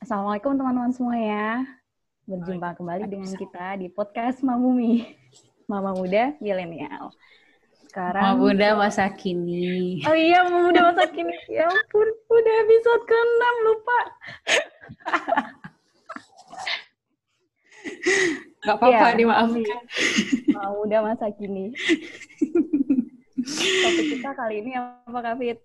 Assalamualaikum teman-teman semua ya. Berjumpa kembali dengan kita di podcast Mamumi, Mama Muda Milenial. Mama Muda Masa Kini. Oh iya, Mama Muda Masa Kini. Ya ampun, udah episode ke-6, lupa. Gak apa-apa, dimaafkan. Mama Muda Masa Kini. Topik kita kali ini apa, Kak Fit?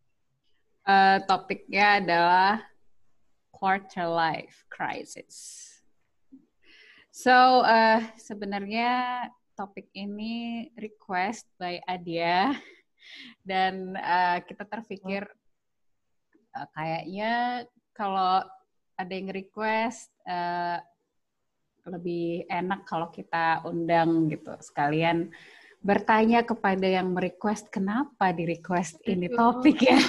Topiknya adalah quarter life crisis. So, sebenarnya topik ini request by Adia dan kita terpikir kayaknya kalau ada yang request lebih enak kalau kita undang gitu, sekalian bertanya kepada yang merequest kenapa di-request ini topik ya.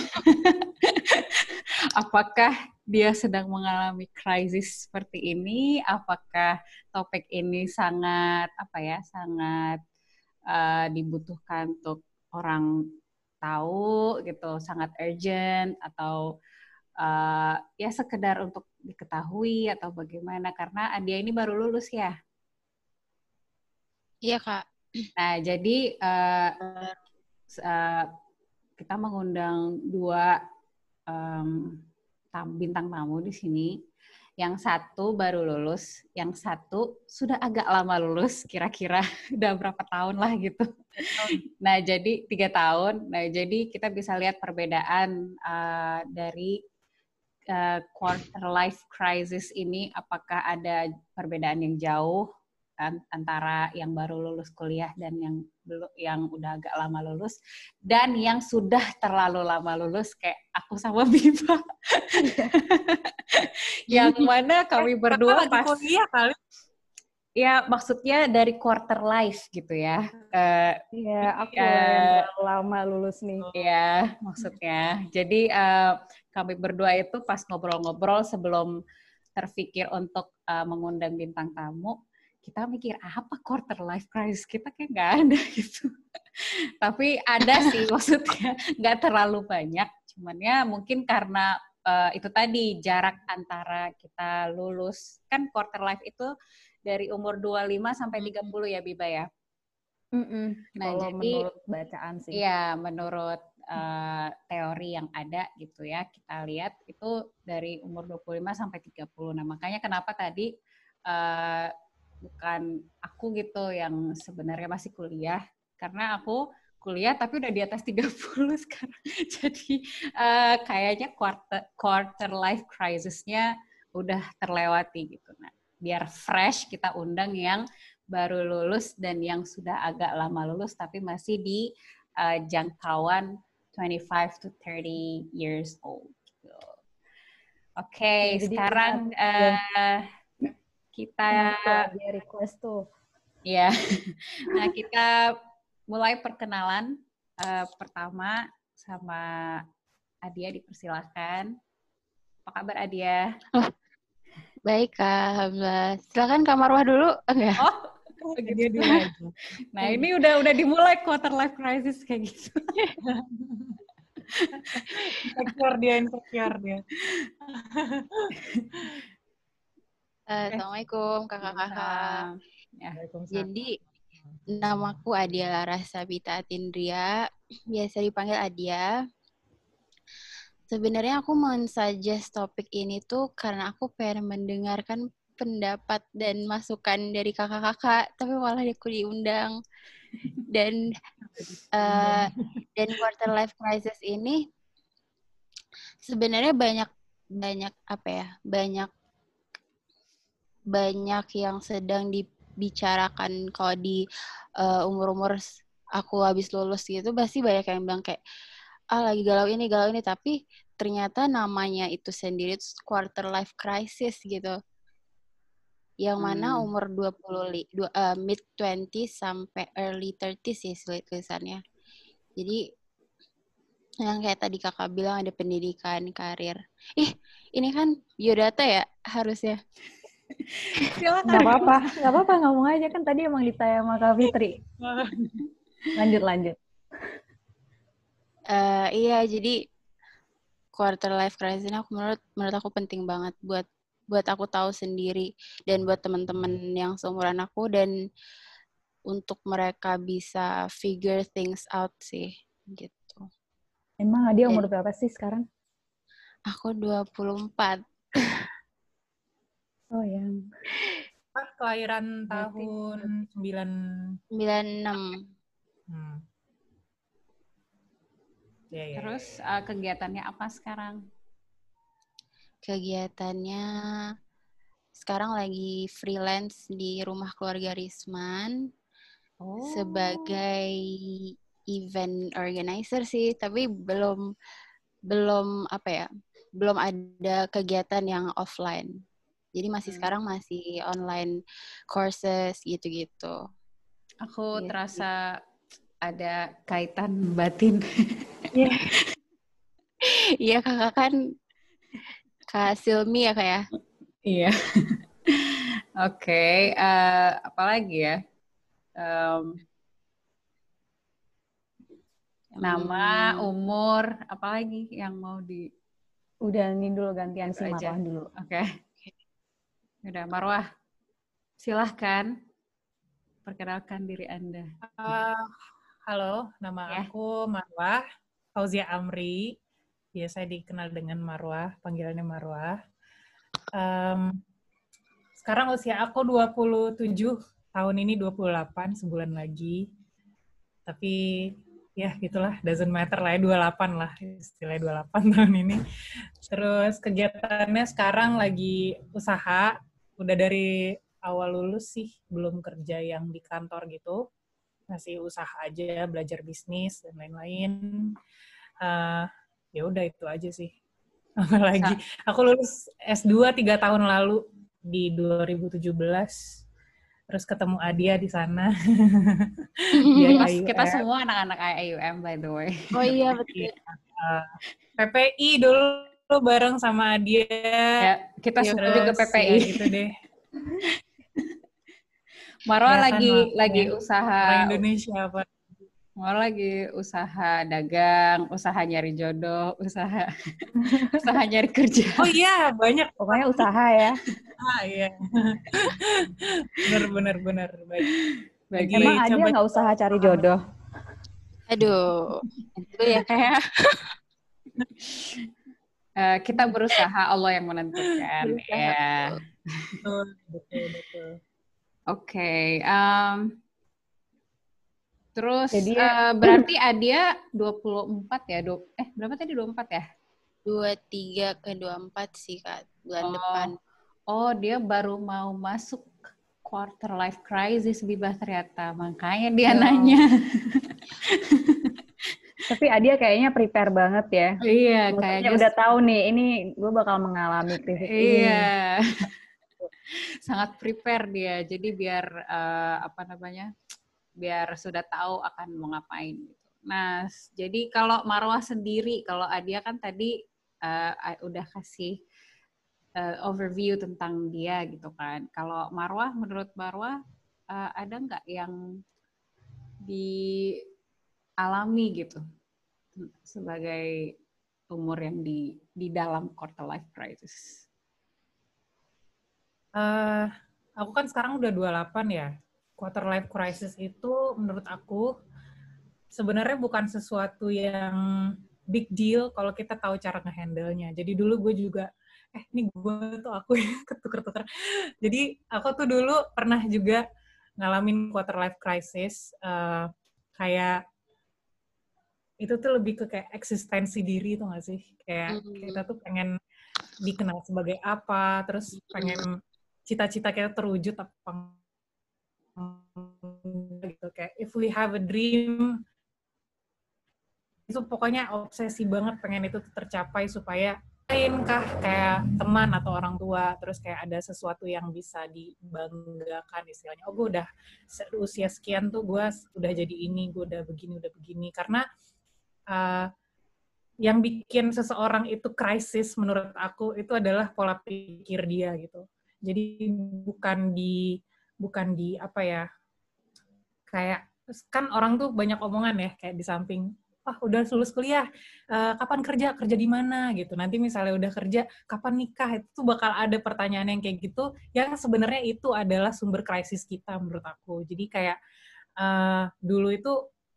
Apakah dia sedang mengalami krisis seperti ini? Apakah topik ini sangat dibutuhkan untuk orang tahu gitu, sangat urgent atau ya sekedar untuk diketahui atau bagaimana? Karena Adia ini baru lulus ya. Iya, Kak. Nah, jadi kita mengundang dua bintang tamu di sini. Yang satu baru lulus, yang satu sudah agak lama lulus, kira-kira udah berapa tahun lah gitu. Nah, jadi 3 tahun. Nah, jadi kita bisa lihat perbedaan dari quarter life crisis ini, apakah ada perbedaan yang jauh antara yang baru lulus kuliah dan yang udah agak lama lulus dan yang sudah terlalu lama lulus kayak aku sama Biba. Yang mana kami berdua pas kuliah kali. Ya, maksudnya dari quarter life gitu ya. Iya, aku yang terlalu lama lulus nih. Iya, maksudnya. Jadi kami berdua itu pas ngobrol-ngobrol sebelum terpikir untuk mengundang bintang tamu, kita mikir apa quarter life crisis, kita kayak nggak ada gitu. Tapi ada sih, maksudnya nggak terlalu banyak. Cuman ya mungkin karena itu tadi jarak antara kita lulus, kan quarter life itu dari umur 25 sampai 30 ya Biba ya? Nah, kalau jadi, menurut bacaan sih. Iya, menurut teori yang ada gitu ya, kita lihat itu dari umur 25 sampai 30. Nah, makanya kenapa tadi bukan aku gitu yang sebenarnya masih kuliah, karena aku kuliah tapi udah di atas 30 sekarang. Jadi kayaknya quarter life crisis-nya udah terlewati gitu. Nah, biar fresh kita undang yang baru lulus dan yang sudah agak lama lulus tapi masih di jangkauan 25 to 30 years old. Gitu. Oke, sekarang kita request tuh. Ya. Nah, kita mulai perkenalan pertama sama Adia, dipersilahkan. Apa kabar Adia? Baik, Kak. Alhamdulillah. Silakan Kak Marwah dulu. Enggak. Oh, gitu. Dulu aja. Nah, ini udah dimulai quarter life crisis kayak gitu. Insecure dia. Assalamualaikum kakak-kakak. Ya. Jadi namaku Adia Larasabita Atindria, biasa dipanggil Adia. Sebenarnya aku mau suggest topik ini tuh karena aku pengen mendengarkan pendapat dan masukan dari kakak-kakak, tapi malah aku diundang. Dan quarter life crisis ini sebenarnya banyak yang sedang dibicarakan. Kalau di umur-umur aku habis lulus gitu pasti banyak yang bilang kayak lagi galau ini, tapi ternyata namanya itu sendiri itu quarter life crisis gitu. Yang mana umur mid 20 sampai early 30 sih tulisannya. Jadi yang kayak tadi kakak bilang ada pendidikan, karir. Ini kan biodata ya harusnya. Silakan. Nggak apa-apa, ngomong aja kan tadi emang ditanya sama Kak Fitri. Lanjut. Iya, jadi quarter life crisis ini menurut aku penting banget buat buat aku tahu sendiri dan buat teman-teman yang seumuran aku, dan untuk mereka bisa figure things out sih gitu. Emang Adia umur berapa sih sekarang? Aku 24. Oh yang Kelahiran Berarti tahun 96. Ya. Terus kegiatannya apa sekarang? Kegiatannya sekarang lagi freelance di rumah keluarga Risman sebagai event organizer sih, tapi belum apa ya, belum ada kegiatan yang offline. Jadi sekarang masih online courses gitu-gitu. Aku Gitu. terasa ada kaitan batin. Iya, kakak kan Kak Silmi ya, Kak ya? Iya. Oke, apalagi ya? Nama, umur, apalagi yang mau di... udah ini dulu gantian si aja. Marwah dulu. Oke. Udah, Marwah. Silahkan perkenalkan diri Anda. Halo, nama aku Marwah Fauzia Amri. Biasa dikenal dengan Marwah, panggilannya Marwah. Sekarang usia aku 27, tahun ini 28, sebulan lagi. Tapi ya gitulah, doesn't matter lah ya, 28 lah, istilahnya 28 tahun ini. Terus kegiatannya sekarang lagi usaha, udah dari awal lulus sih, belum kerja yang di kantor gitu. Masih usaha aja, belajar bisnis dan lain-lain. Ya udah itu aja sih. Apalagi aku lulus S2 3 tahun lalu di 2017. Terus ketemu Adia di sana. Kita semua anak-anak IUM by the way. Oh iya, betul. PPI dulu bareng sama Adia. Ya, kita semua juga PPI. Ya gitu deh. Marwah ya lagi usaha orang Indonesia apa? Marwah lagi usaha dagang, usaha nyari jodoh, usaha nyari kerja. Oh iya, banyak. Pokoknya usaha ya. Iya. Benar. Baik. Emang Adia nggak usaha cari jodoh? Aduh, itu ya kayak. Kita berusaha, Allah yang menentukan. Ya. Betul. Oke. Terus jadi, berarti Adia 24 ya? Berapa tadi 24 ya? 23 ke 24 sih, Kak, bulan depan. Oh, dia baru mau masuk quarter life crisis, Bibah, ternyata. Makanya dia nanya. Tapi Adia kayaknya prepare banget ya. Iya, kayaknya udah tahu nih, ini gue bakal mengalami krisis ini. Iya. Sangat prepare dia. Jadi biar biar sudah tahu akan mau ngapain gitu. Nah, jadi kalau Marwah sendiri, kalau Adia kan tadi udah kasih overview tentang dia gitu kan. Kalau Marwah, menurut Marwah ada nggak yang dialami gitu sebagai umur yang di dalam quarter life crisis? Aku kan sekarang udah 28 ya. Quarter life crisis itu menurut aku sebenarnya bukan sesuatu yang big deal kalau kita tahu cara nge-handle-nya. Jadi dulu gue juga, ini gue tuh aku ketuker-tuker. Jadi aku tuh dulu pernah juga ngalamin quarter life crisis. Kayak itu tuh lebih ke kayak eksistensi diri tuh nggak sih? Kayak kita tuh pengen dikenal sebagai apa, terus pengen cita-cita kita terwujud apa gitu. Kayak if we have a dream, itu pokoknya obsesi banget pengen itu tercapai supaya kah kayak teman atau orang tua, terus kayak ada sesuatu yang bisa dibanggakan istilahnya. Oh, gue udah usia sekian tuh gue udah jadi ini, gue udah begini. Karena yang bikin seseorang itu krisis menurut aku itu adalah pola pikir dia gitu. Jadi bukan di apa ya, kayak kan orang tuh banyak omongan ya, kayak di samping udah lulus kuliah, kapan kerja di mana gitu. Nanti misalnya udah kerja, kapan nikah, itu tuh bakal ada pertanyaan yang kayak gitu, yang sebenarnya itu adalah sumber krisis kita menurut aku. Jadi kayak dulu itu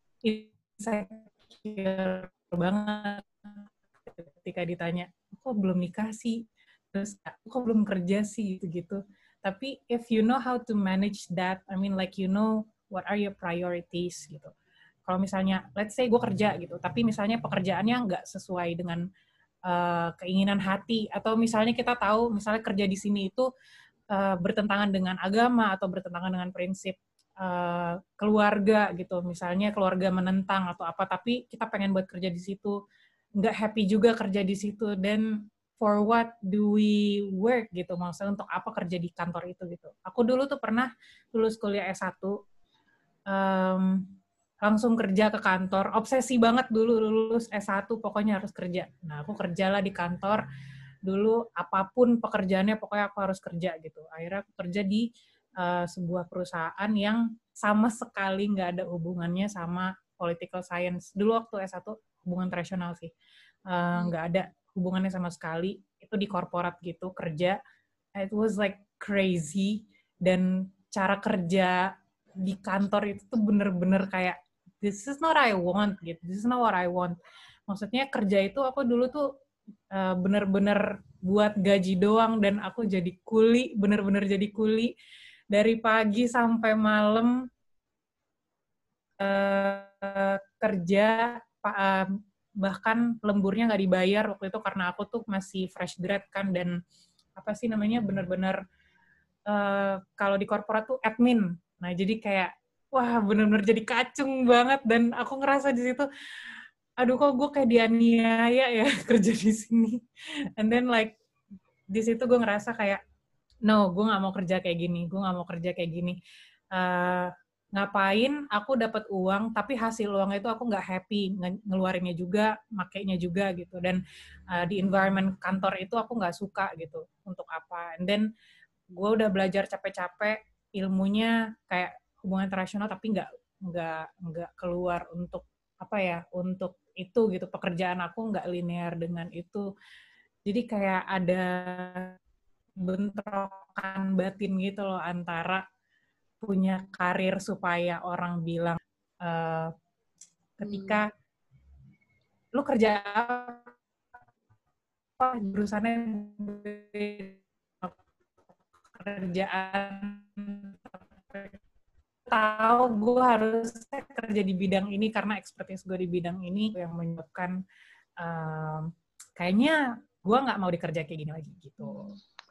insecure banget ketika ditanya, kok belum nikah sih? Terus kok belum kerja sih gitu-gitu. Tapi if you know how to manage that, I mean like you know what are your priorities gitu. Kalau misalnya, let's say gue kerja gitu, tapi misalnya pekerjaannya nggak sesuai dengan keinginan hati, atau misalnya kita tahu misalnya kerja di sini itu bertentangan dengan agama atau bertentangan dengan prinsip keluarga gitu, misalnya keluarga menentang atau apa, tapi kita pengen buat kerja di situ, nggak happy juga kerja di situ, then for what do we work gitu, maksudnya untuk apa kerja di kantor itu gitu. Aku dulu tuh pernah lulus kuliah S1, langsung kerja ke kantor, obsesi banget dulu lulus S1 pokoknya harus kerja. Nah aku kerjalah di kantor dulu, apapun pekerjaannya pokoknya aku harus kerja gitu. Akhirnya aku kerja di sebuah perusahaan yang sama sekali nggak ada hubungannya sama political science. Dulu waktu S1 hubungan internasional sih, nggak ada hubungannya sama sekali. Itu di korporat gitu kerja. It was like crazy, dan cara kerja di kantor itu tuh bener-bener kayak this is not I want gitu. This is not what I want. Maksudnya kerja itu aku dulu tuh bener-bener buat gaji doang, dan aku jadi kuli, bener-bener jadi kuli dari pagi sampai malam kerja, bahkan lemburnya nggak dibayar waktu itu karena aku tuh masih fresh grad kan, dan apa sih namanya bener-bener kalau di korporat tuh admin. Nah jadi kayak wah bener-bener jadi kacung banget, dan aku ngerasa di situ aduh kok gue kayak dianiaya ya kerja di sini. And then like di situ gue ngerasa kayak no, gue nggak mau kerja kayak gini, gue nggak mau kerja kayak gini. Ngapain aku dapat uang tapi hasil uangnya itu aku nggak happy, ngeluarinnya juga, makainya juga gitu. Dan di environment kantor itu aku nggak suka gitu. Untuk apa? And then gue udah belajar capek-capek ilmunya kayak hubungan internasional, tapi nggak keluar untuk apa ya, untuk itu gitu. Pekerjaan aku nggak linear dengan itu. Jadi kayak ada bentrokan batin gitu loh, antara punya karir supaya orang bilang ketika lu kerja apa, jurusannya kerjaan, tahu gue harus kerja di bidang ini karena expertise gue di bidang ini, yang menyebabkan kayaknya gue nggak mau dikerja kayak gini lagi gitu.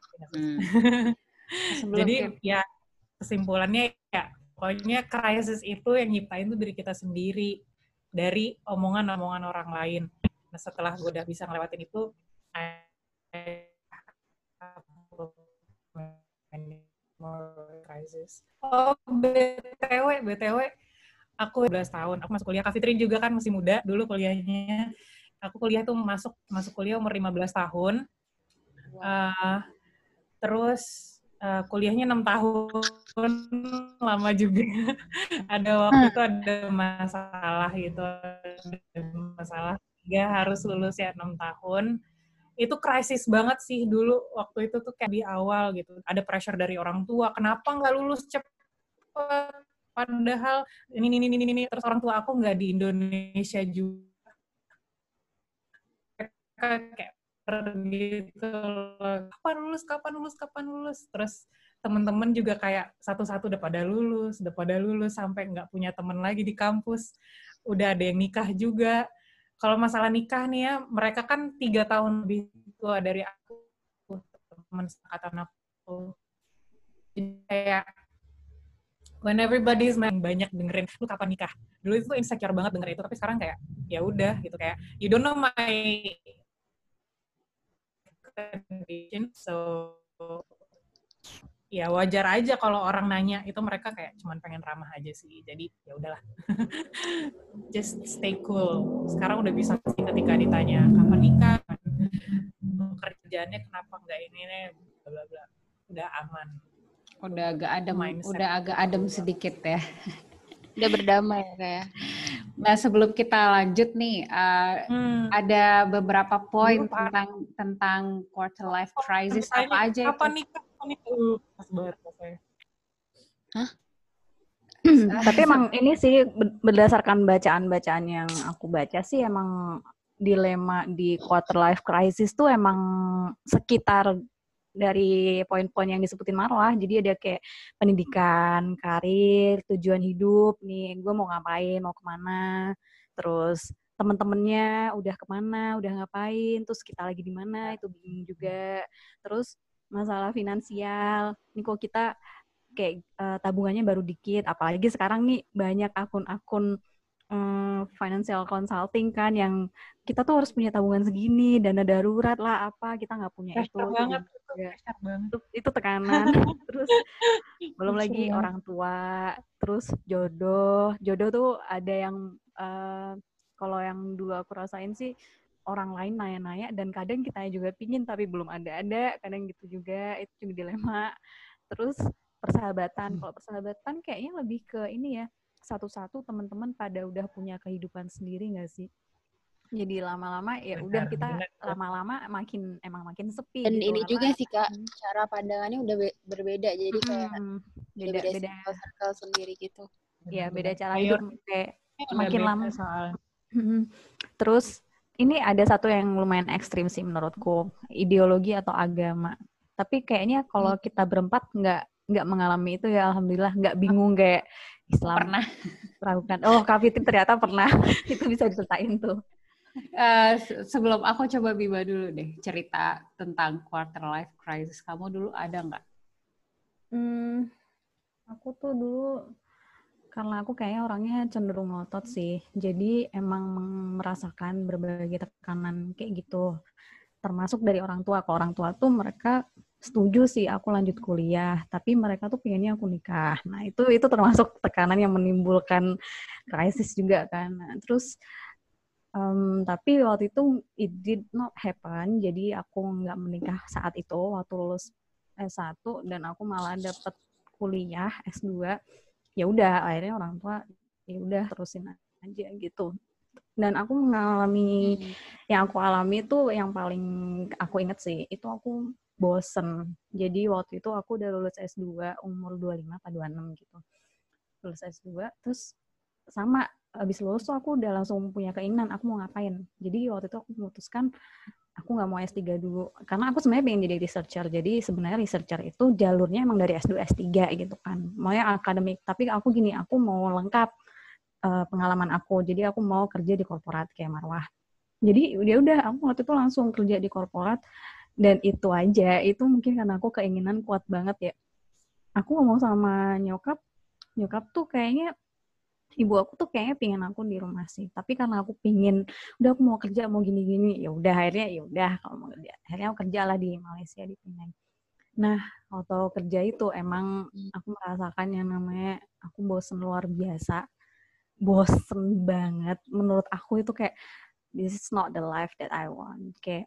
Jadi ya kesimpulannya ya pokoknya krisis itu yang nyiptain tuh diri kita sendiri dari omongan-omongan orang lain. Nah setelah gue udah bisa ngelewatin itu, krisis. Oh BTW, aku 12 tahun, aku masuk kuliah. Kak Fitrin juga kan masih muda dulu kuliahnya. Aku kuliah tuh masuk kuliah umur 15 tahun. Terus kuliahnya 6 tahun, lama juga. Ada waktu itu ada masalah gitu, ya harus lulus ya 6 tahun. Itu krisis banget sih dulu waktu itu tuh kayak di awal gitu. Ada pressure dari orang tua, kenapa nggak lulus cepet? Padahal ini. Terus orang tua aku nggak di Indonesia juga. Kayak gitu, kapan lulus. Terus teman-teman juga kayak satu-satu udah pada lulus sampai nggak punya teman lagi di kampus. Udah ada yang nikah juga. Kalau masalah nikah nih ya, mereka kan 3 tahun lebih tua dari aku, teman seangkatan aku. Jadi kayak when everybody's banyak dengerin lu kapan nikah. Dulu itu insecure banget denger itu, tapi sekarang kayak ya udah gitu, kayak you don't know my condition, so ya wajar aja kalau orang nanya itu, mereka kayak cuman pengen ramah aja sih. Jadi ya udahlah. Just stay cool. Sekarang udah bisa sih ketika ditanya kapan nikah, kerjaannya kenapa enggak ini bla bla bla. Udah aman. Udah agak adem sedikit ya. Udah berdamai ya kayak. Nah, sebelum kita lanjut nih, ada beberapa poin tentang quarter life crisis. Apa aja itu? Kapan nikah? Pas banget saya. Hah? Tapi emang ini sih berdasarkan bacaan-bacaan yang aku baca sih emang dilema di quarter life crisis tuh emang sekitar dari poin-poin yang disebutin Marwah. Jadi ada kayak pendidikan, karir, tujuan hidup, nih gue mau ngapain, mau kemana, terus temen-temennya udah kemana, udah ngapain, terus kita lagi di mana, itu bingung juga. Terus masalah finansial, nih kok kita kayak tabungannya baru dikit, apalagi sekarang nih banyak akun-akun financial consulting kan yang kita tuh harus punya tabungan segini, dana darurat lah apa, kita nggak punya itu banget. Itu tekanan. Terus belum lagi orang tua, terus jodoh tuh ada yang kalau yang dulu aku rasain sih orang lain nanya-nanya dan kadang kita juga pingin tapi belum ada, kadang gitu juga, itu juga dilema. Terus persahabatan, kalau persahabatan kayaknya lebih ke ini ya, satu-satu teman-teman pada udah punya kehidupan sendiri nggak sih? Jadi lama-lama ya udah kita lama-lama makin sepi. Dan gitu, ini juga sih Kak, cara pandangannya udah berbeda, jadi kayak beda circle sendiri gitu. Ya beda cara hidup kayak makin lama. Terus ini ada satu yang lumayan ekstrim sih menurutku, ideologi atau agama. Tapi kayaknya kalau kita berempat nggak mengalami itu ya, alhamdulillah, nggak bingung kayak Islam pernah meragukan. Oh, Kak Fitri ternyata pernah. Itu bisa diceritain tuh. Sebelum aku coba Biba dulu deh cerita tentang quarter life crisis. Kamu dulu ada nggak? Aku tuh dulu karena aku kayaknya orangnya cenderung ngotot sih. Jadi emang merasakan berbagai tekanan kayak gitu. Termasuk dari orang tua. Kalau orang tua tuh mereka setuju sih aku lanjut kuliah, tapi mereka tuh pengennya aku nikah. Nah, itu termasuk tekanan yang menimbulkan krisis juga kan. Nah, terus tapi waktu itu it did not happen, jadi aku nggak menikah saat itu waktu lulus S1 dan aku malah dapet kuliah S2. Ya udah, akhirnya orang tua ya udah terusin aja gitu. Dan aku mengalami yang aku alami itu yang paling aku inget sih, itu aku bosen. Jadi waktu itu aku udah lulus S2 umur 25 atau 26 gitu. Lulus S2, terus sama abis lulus tuh aku udah langsung punya keinginan aku mau ngapain. Jadi waktu itu aku memutuskan aku nggak mau S3 dulu. Karena aku sebenarnya pengen jadi researcher. Jadi sebenarnya researcher itu jalurnya emang dari S2, S3 gitu kan. Maunya akademik. Tapi aku gini, aku mau lengkap pengalaman aku. Jadi aku mau kerja di korporat kayak Marwah. Jadi ya udah aku waktu itu langsung kerja di korporat. Dan itu aja, itu mungkin karena aku keinginan kuat banget ya. Aku ngomong sama nyokap tuh kayaknya, ibu aku tuh kayaknya pingin aku di rumah sih. Tapi karena aku pingin, udah aku mau kerja, mau gini-gini, ya udah akhirnya ya udah kalau mau kerja. Akhirnya aku kerja lah di Malaysia, di Penang. Nah, waktu kerja itu emang aku merasakan yang namanya aku bosen luar biasa. Bosen banget. Menurut aku itu kayak, this is not the life that I want. Kayak,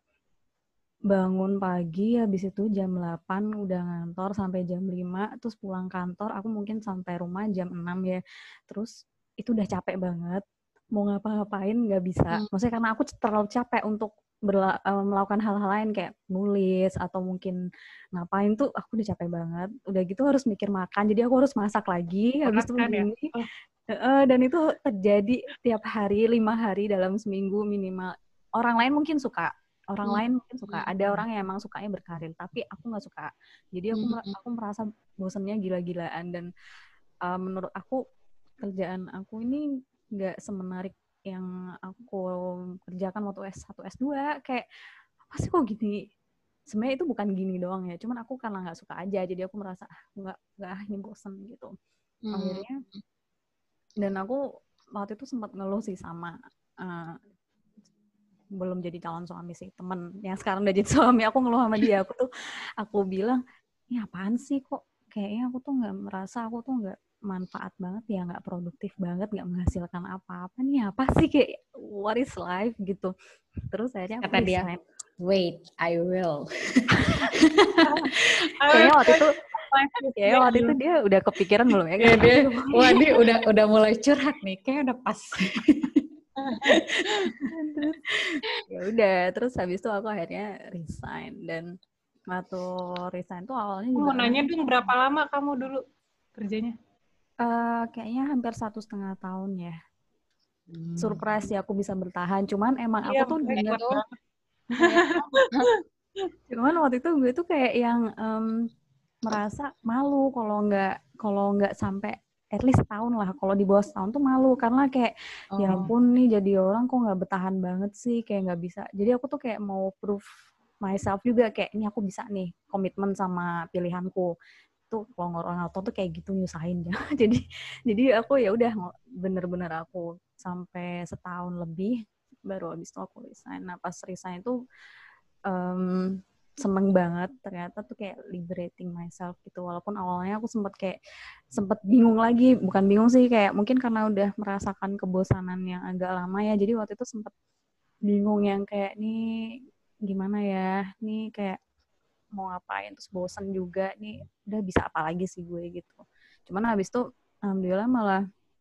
bangun pagi, habis itu jam 8 udah ngantor sampai jam 5, terus pulang kantor, aku mungkin sampai rumah jam 6 ya. Terus itu udah capek banget, mau ngapa-ngapain nggak bisa. Maksudnya karena aku terlalu capek untuk melakukan hal-hal lain kayak nulis atau mungkin ngapain tuh aku udah capek banget. Udah gitu harus mikir makan, jadi aku harus masak lagi, habis itu begini. Dan itu terjadi tiap hari, 5 hari dalam seminggu minimal. Orang lain mungkin suka. Ada orang yang emang sukanya berkarir, tapi aku nggak suka. Jadi aku merasa bosannya gila-gilaan dan menurut aku kerjaan aku ini nggak semenarik yang aku kerjakan waktu S1, S2. Kayak apa sih kok gini? Sebenarnya itu bukan gini doang ya, cuman aku karena nggak suka aja, jadi aku merasa nggak ini bosan gitu. Akhirnya, dan aku waktu itu sempat ngeluh sih sama belum jadi calon suami sih, temen yang sekarang udah jadi suami, aku ngeluh sama dia. Aku bilang, ini apaan sih kok kayaknya aku tuh nggak merasa aku tuh nggak manfaat banget ya, nggak produktif banget, nggak menghasilkan apa-apa nih, apa sih, kayak what is life gitu. Terus akhirnya aku resign. Wait, I will. Kayaknya waktu itu Ya waktu itu dia udah kepikiran belum ya? Ya dia, wah ini udah mulai curhat nih, kayak udah pas. Ya udah, terus habis itu aku akhirnya resign. Dan waktu resign tuh awalnya Aku juga mau nanya dong, berapa lama kamu dulu kerjanya? kayaknya hampir 1,5 tahun ya. Surprise sih aku bisa bertahan. Cuman emang aku tuh denger tuh, cuman waktu itu gue tuh kayak yang merasa malu kalau nggak sampai at least setahun lah. Kalau di bawah setahun tuh malu karena kayak ya ampun nih jadi orang kok nggak bertahan banget sih, kayak nggak bisa. Jadi aku tuh kayak mau prove myself juga, kayak ini aku bisa nih, komitmen sama pilihanku. Tuh kalau orang tuh kayak gitu nyusahin ya. jadi aku ya udah bener-bener aku sampai setahun lebih baru habis itu aku resign. Nah pas resign itu seneng banget, ternyata tuh kayak liberating myself gitu. Walaupun awalnya aku sempet bingung lagi, bukan bingung sih, kayak mungkin karena udah merasakan kebosanan yang agak lama ya, jadi waktu itu sempet bingung yang kayak nih gimana ya, nih kayak mau ngapain, terus bosan juga nih, udah bisa apa lagi sih gue gitu. Cuman habis itu alhamdulillah malah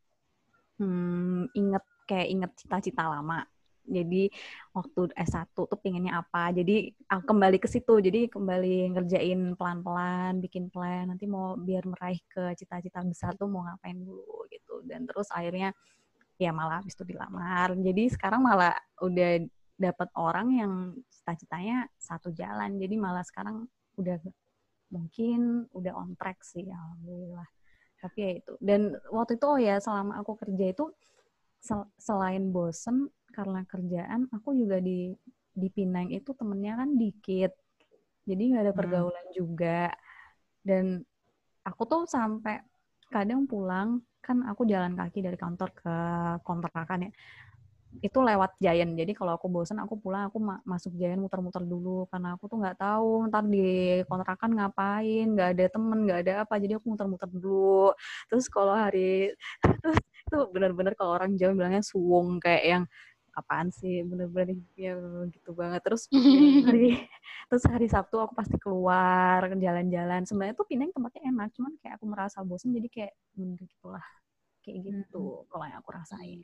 inget cita-cita lama. Jadi waktu S1 tuh pengennya apa, jadi aku kembali ke situ, jadi kembali ngerjain pelan-pelan, bikin plan, nanti mau biar meraih ke cita-cita besar tuh mau ngapain dulu gitu. Dan terus akhirnya ya malah habis itu dilamar, jadi sekarang malah udah dapat orang yang cita-citanya satu jalan, jadi malah sekarang udah mungkin udah on track sih, alhamdulillah. Tapi ya itu, dan waktu itu selama aku kerja itu selain bosen karena kerjaan, aku juga di Pinang itu temennya kan dikit, jadi nggak ada pergaulan juga. Dan aku tuh sampai kadang pulang, kan aku jalan kaki dari kantor ke kontrakan ya, itu lewat Giant. Jadi kalau aku bosen, aku pulang, aku masuk Giant muter-muter dulu, karena aku tuh nggak tahu ntar di kontrakan ngapain, nggak ada temen, nggak ada apa, jadi aku muter-muter dulu. Terus kalau terus itu benar-benar kalau orang Jawa bilangnya suwung, kayak yang apaan sih, bener-bener ya gitu banget. Terus hari Sabtu aku pasti keluar jalan-jalan. Sebenarnya tuh Pinang tempatnya enak, cuman kayak aku merasa bosen, jadi kayak gitulah, kayak gitu kalau yang aku rasain.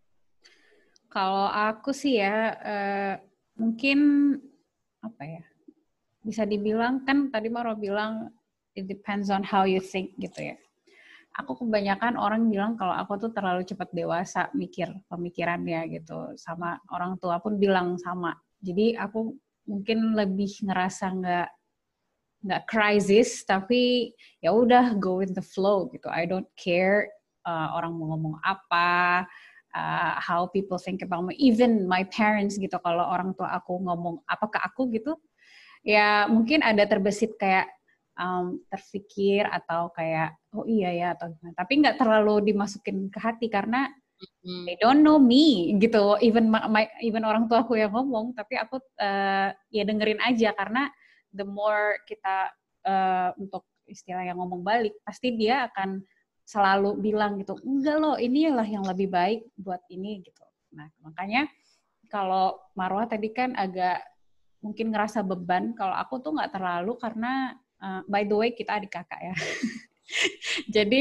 Kalau aku sih ya, mungkin apa ya, bisa dibilang kan tadi Maro bilang it depends on how you think gitu ya. Aku kebanyakan orang bilang kalau aku tuh terlalu cepat dewasa pemikirannya gitu, sama orang tua pun bilang sama. Jadi aku mungkin lebih ngerasa nggak crisis, tapi ya udah go with the flow gitu. I don't care orang mau ngomong apa, how people think about me, even my parents gitu. Kalau orang tua aku ngomong apa ke aku gitu, ya mungkin ada terbesit kayak terpikir atau kayak oh iya ya atau gimana. Tapi nggak terlalu dimasukin ke hati karena they don't know me gitu. Even orang tua aku yang ngomong, tapi aku ya dengerin aja karena the more kita untuk istilah yang ngomong balik, pasti dia akan selalu bilang gitu, enggak loh, inilah yang lebih baik buat ini gitu. Nah makanya kalau Marwah tadi kan agak mungkin ngerasa beban, kalau aku tuh nggak terlalu karena by the way kita adik kakak ya. Jadi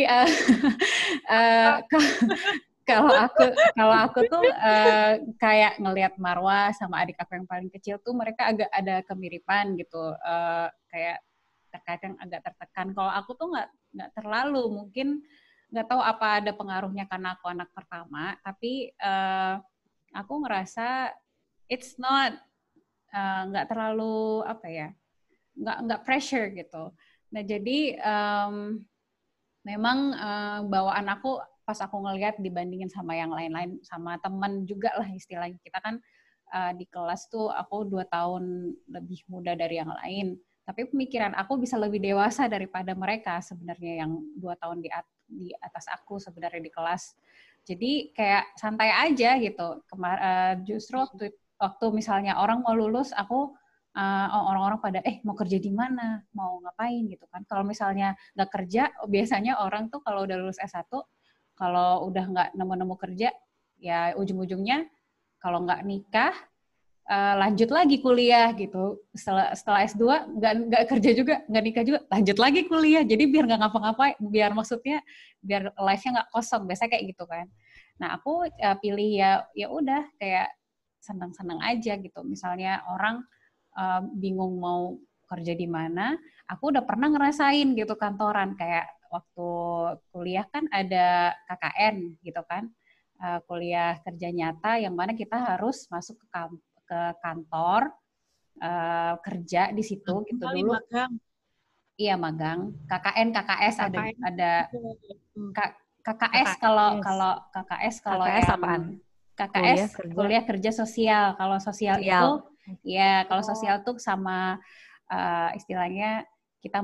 kalau aku tuh kayak ngelihat Marwah sama adik aku yang paling kecil tuh mereka agak ada kemiripan gitu, kayak terkadang agak tertekan. Kalau aku tuh nggak terlalu, mungkin nggak tahu apa ada pengaruhnya karena aku anak pertama, tapi aku ngerasa it's not nggak terlalu apa ya, nggak pressure gitu. Nah jadi memang bawaan aku pas aku ngelihat dibandingin sama yang lain-lain, sama teman juga lah istilahnya. Kita kan di kelas tuh aku 2 tahun lebih muda dari yang lain. Tapi pemikiran aku bisa lebih dewasa daripada mereka sebenarnya yang 2 tahun di atas aku sebenarnya di kelas. Jadi kayak santai aja gitu. Justru waktu misalnya orang mau lulus, aku orang-orang pada mau kerja di mana, mau ngapain gitu kan. Kalau misalnya nggak kerja, biasanya orang tuh kalau udah lulus S1, kalau udah nggak nemu-nemu kerja, ya ujung-ujungnya kalau nggak nikah, lanjut lagi kuliah gitu. Setelah S2 nggak kerja juga, nggak nikah juga, lanjut lagi kuliah. Jadi biar nggak ngapa-ngapain, biar life-nya nggak kosong. Biasanya kayak gitu kan. Nah aku pilih ya udah kayak senang-senang aja gitu. Misalnya orang bingung mau kerja di mana, aku udah pernah ngerasain gitu kantoran, kayak waktu kuliah kan ada KKN gitu kan, kuliah kerja nyata yang mana kita harus masuk ke kantor, kerja di situ gitu dulu. Magang. Iya magang. KKN, KKS KKN. ada KKS kalau KKS kalau KKS yang apaan? KKS kuliah kerja sosial. Kalau sosial itu ya kalau sosial tuh sama istilahnya kita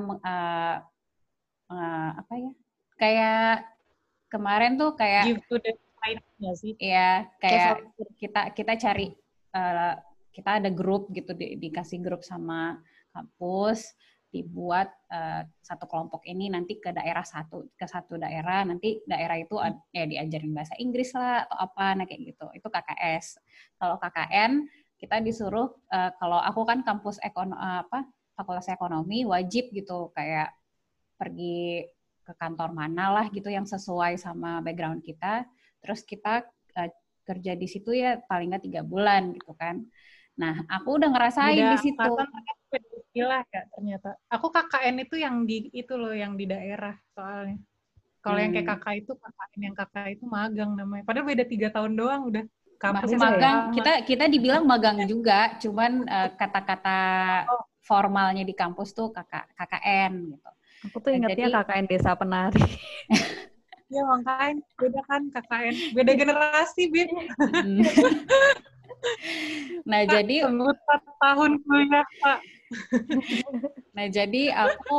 apa ya? Kayak kemarin tuh kayak give to the client nggak sih? Ya kayak kita cari kita ada grup gitu dikasih grup sama kampus dibuat satu kelompok ini nanti ke satu daerah nanti daerah itu ya diajarin bahasa Inggris lah atau apa nah kayak gitu itu KKS. Kalau KKN kita disuruh kalau aku kan kampus fakultas ekonomi wajib gitu kayak pergi ke kantor mana lah gitu yang sesuai sama background kita terus kita kerja di situ ya paling nggak 3 bulan gitu kan. Nah aku udah ngerasain di situ. Beda istilah ya ternyata. Aku KKN itu yang yang di daerah soalnya. Kalau yang kayak kakak itu KKN yang kakak itu magang namanya. Padahal beda 3 tahun doang udah. Kampus magang kita dibilang magang juga, cuman kata-kata formalnya di kampus tuh KKN gitu. Aku tuh ingatnya KKN Desa Penari. Ya makanya beda kan KKN, beda generasi Bin. Nah jadi 4 tahun kuliah Pak. Nah jadi aku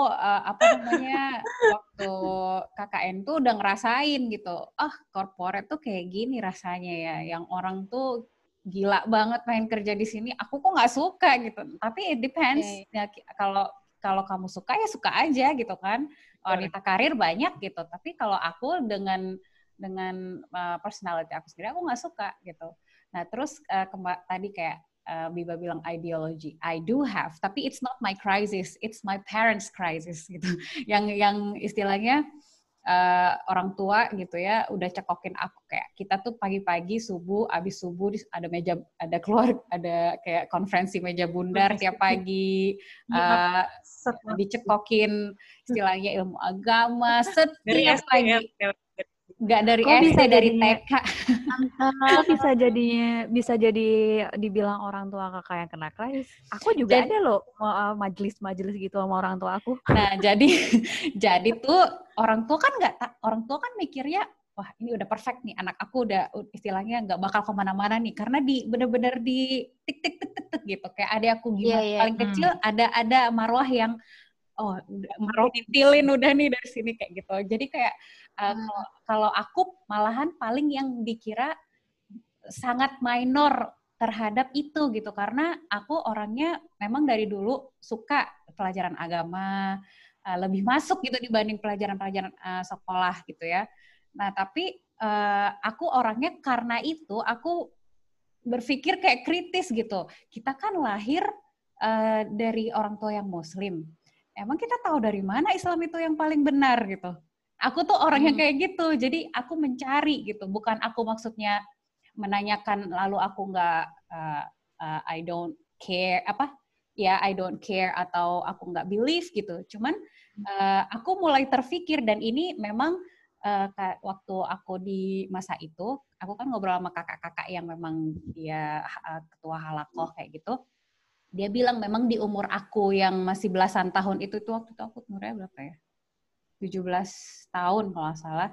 waktu KKN tuh udah ngerasain gitu, corporate tuh kayak gini rasanya ya, yang orang tuh gila banget pengen kerja di sini, aku kok nggak suka gitu. Tapi it depends. Ya, kalau kamu suka ya suka aja gitu kan. Wanita karir banyak gitu. Tapi kalau aku dengan personality aku sendiri aku nggak suka gitu. Nah terus tadi kayak Biba bilang ideology, I do have, tapi it's not my crisis, it's my parents' crisis gitu. Yang istilahnya orang tua gitu ya udah cekokin aku kayak kita tuh pagi-pagi abis subuh ada kayak konferensi meja bundar tiap pagi dicekokin istilahnya ilmu agama setiap pagi. Nggak dari SD, dari TK. Kok bisa jadi dibilang orang tua kakak yang kena krisis? Aku juga ada loh majelis gitu sama orang tua aku. Nah, jadi tuh orang tua kan mikirnya, wah ini udah perfect nih, anak aku udah istilahnya nggak bakal kemana-mana nih, karena bener-bener di tik gitu. Kayak adik aku paling kecil ada marwah yang marwah ditilin udah nih dari sini kayak gitu. Jadi kayak kalau aku malahan paling yang dikira sangat minor terhadap itu gitu, karena aku orangnya memang dari dulu suka pelajaran agama, lebih masuk gitu dibanding pelajaran-pelajaran sekolah gitu ya. Nah tapi aku orangnya karena itu aku berpikir kayak kritis gitu. Kita kan lahir dari orang tua yang Muslim. Emang kita tahu dari mana Islam itu yang paling benar gitu. Aku tuh orang yang kayak gitu, jadi aku mencari gitu. Bukan aku maksudnya menanyakan lalu aku nggak I don't care I don't care atau aku nggak believe gitu. Cuman aku mulai terpikir dan ini memang waktu aku di masa itu, aku kan ngobrol sama kakak-kakak yang memang dia ketua halakoh kayak gitu. Dia bilang memang di umur aku yang masih belasan tahun itu waktu itu aku umurnya berapa ya? 17 tahun kalau nggak salah.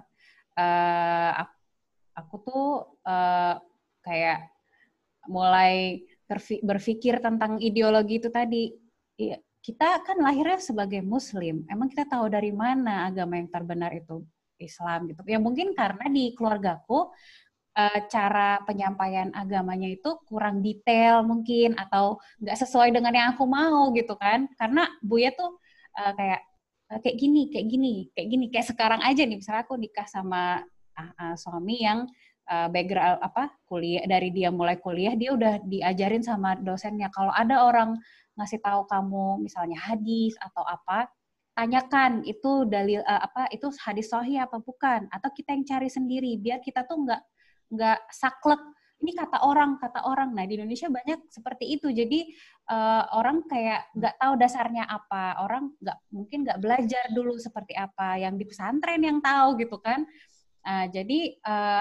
Aku tuh kayak mulai berpikir tentang ideologi itu tadi. Kita kan lahirnya sebagai Muslim. Emang kita tahu dari mana agama yang terbenar itu Islam gitu. Ya mungkin karena di keluargaku cara penyampaian agamanya itu kurang detail mungkin atau nggak sesuai dengan yang aku mau gitu kan, karena Buya tuh kayak gini kayak sekarang aja nih, misalnya aku nikah sama suami yang background kuliah, dari dia mulai kuliah dia udah diajarin sama dosennya kalau ada orang ngasih tahu kamu misalnya hadis atau apa, tanyakan itu dalil itu hadis sahih apa bukan, atau kita yang cari sendiri biar kita tuh nggak saklek ini kata orang. Nah di Indonesia banyak seperti itu, jadi orang kayak nggak tahu dasarnya apa, orang mungkin nggak belajar dulu seperti apa, yang di pesantren yang tahu gitu kan. Jadi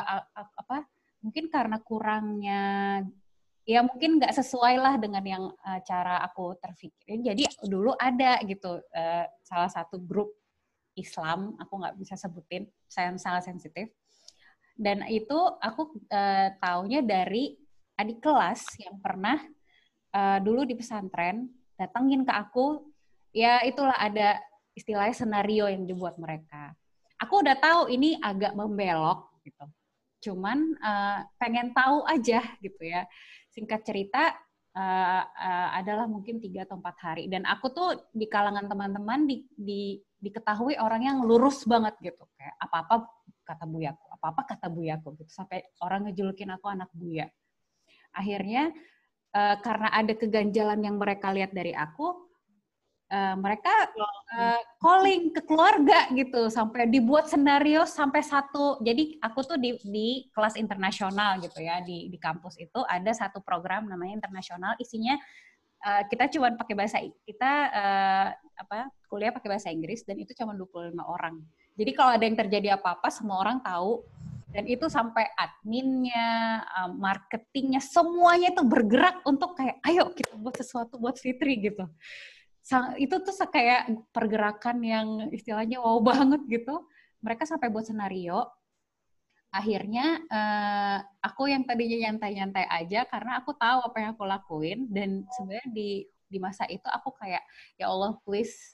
mungkin karena kurangnya, ya mungkin nggak sesuai lah dengan yang cara aku terpikirin. Jadi dulu ada gitu salah satu grup Islam, aku nggak bisa sebutin, saya sangat sensitif. Dan itu aku taunya dari adik kelas yang pernah dulu di pesantren datengin ke aku, ya itulah ada istilahnya senario yang dibuat mereka. Aku udah tahu ini agak membelok gitu, cuman pengen tahu aja gitu ya. Singkat cerita adalah mungkin 3 atau 4 hari, dan aku tuh di kalangan teman-teman diketahui orang yang lurus banget gitu, kayak apa-apa kata buyaku, apa-apa kata buyaku gitu, sampai orang ngejulukin aku anak buya. Akhirnya karena ada keganjalan yang mereka lihat dari aku, mereka calling ke keluarga gitu, sampai dibuat senario sampai 1. Jadi aku tuh di kelas internasional gitu ya, di kampus itu ada satu program namanya internasional, isinya kita cuma pakai bahasa, kita kuliah pakai bahasa Inggris, dan itu cuma 25 orang. Jadi kalau ada yang terjadi apa-apa semua orang tahu, dan itu sampai adminnya, marketingnya, semuanya itu bergerak untuk kayak ayo kita buat sesuatu buat Fitri gitu. Itu tuh kayak pergerakan yang istilahnya wow banget gitu. Mereka sampai buat senario. Akhirnya aku yang tadinya nyantai-nyantai aja karena aku tahu apa yang aku lakuin, dan sebenarnya di masa itu aku kayak ya Allah please,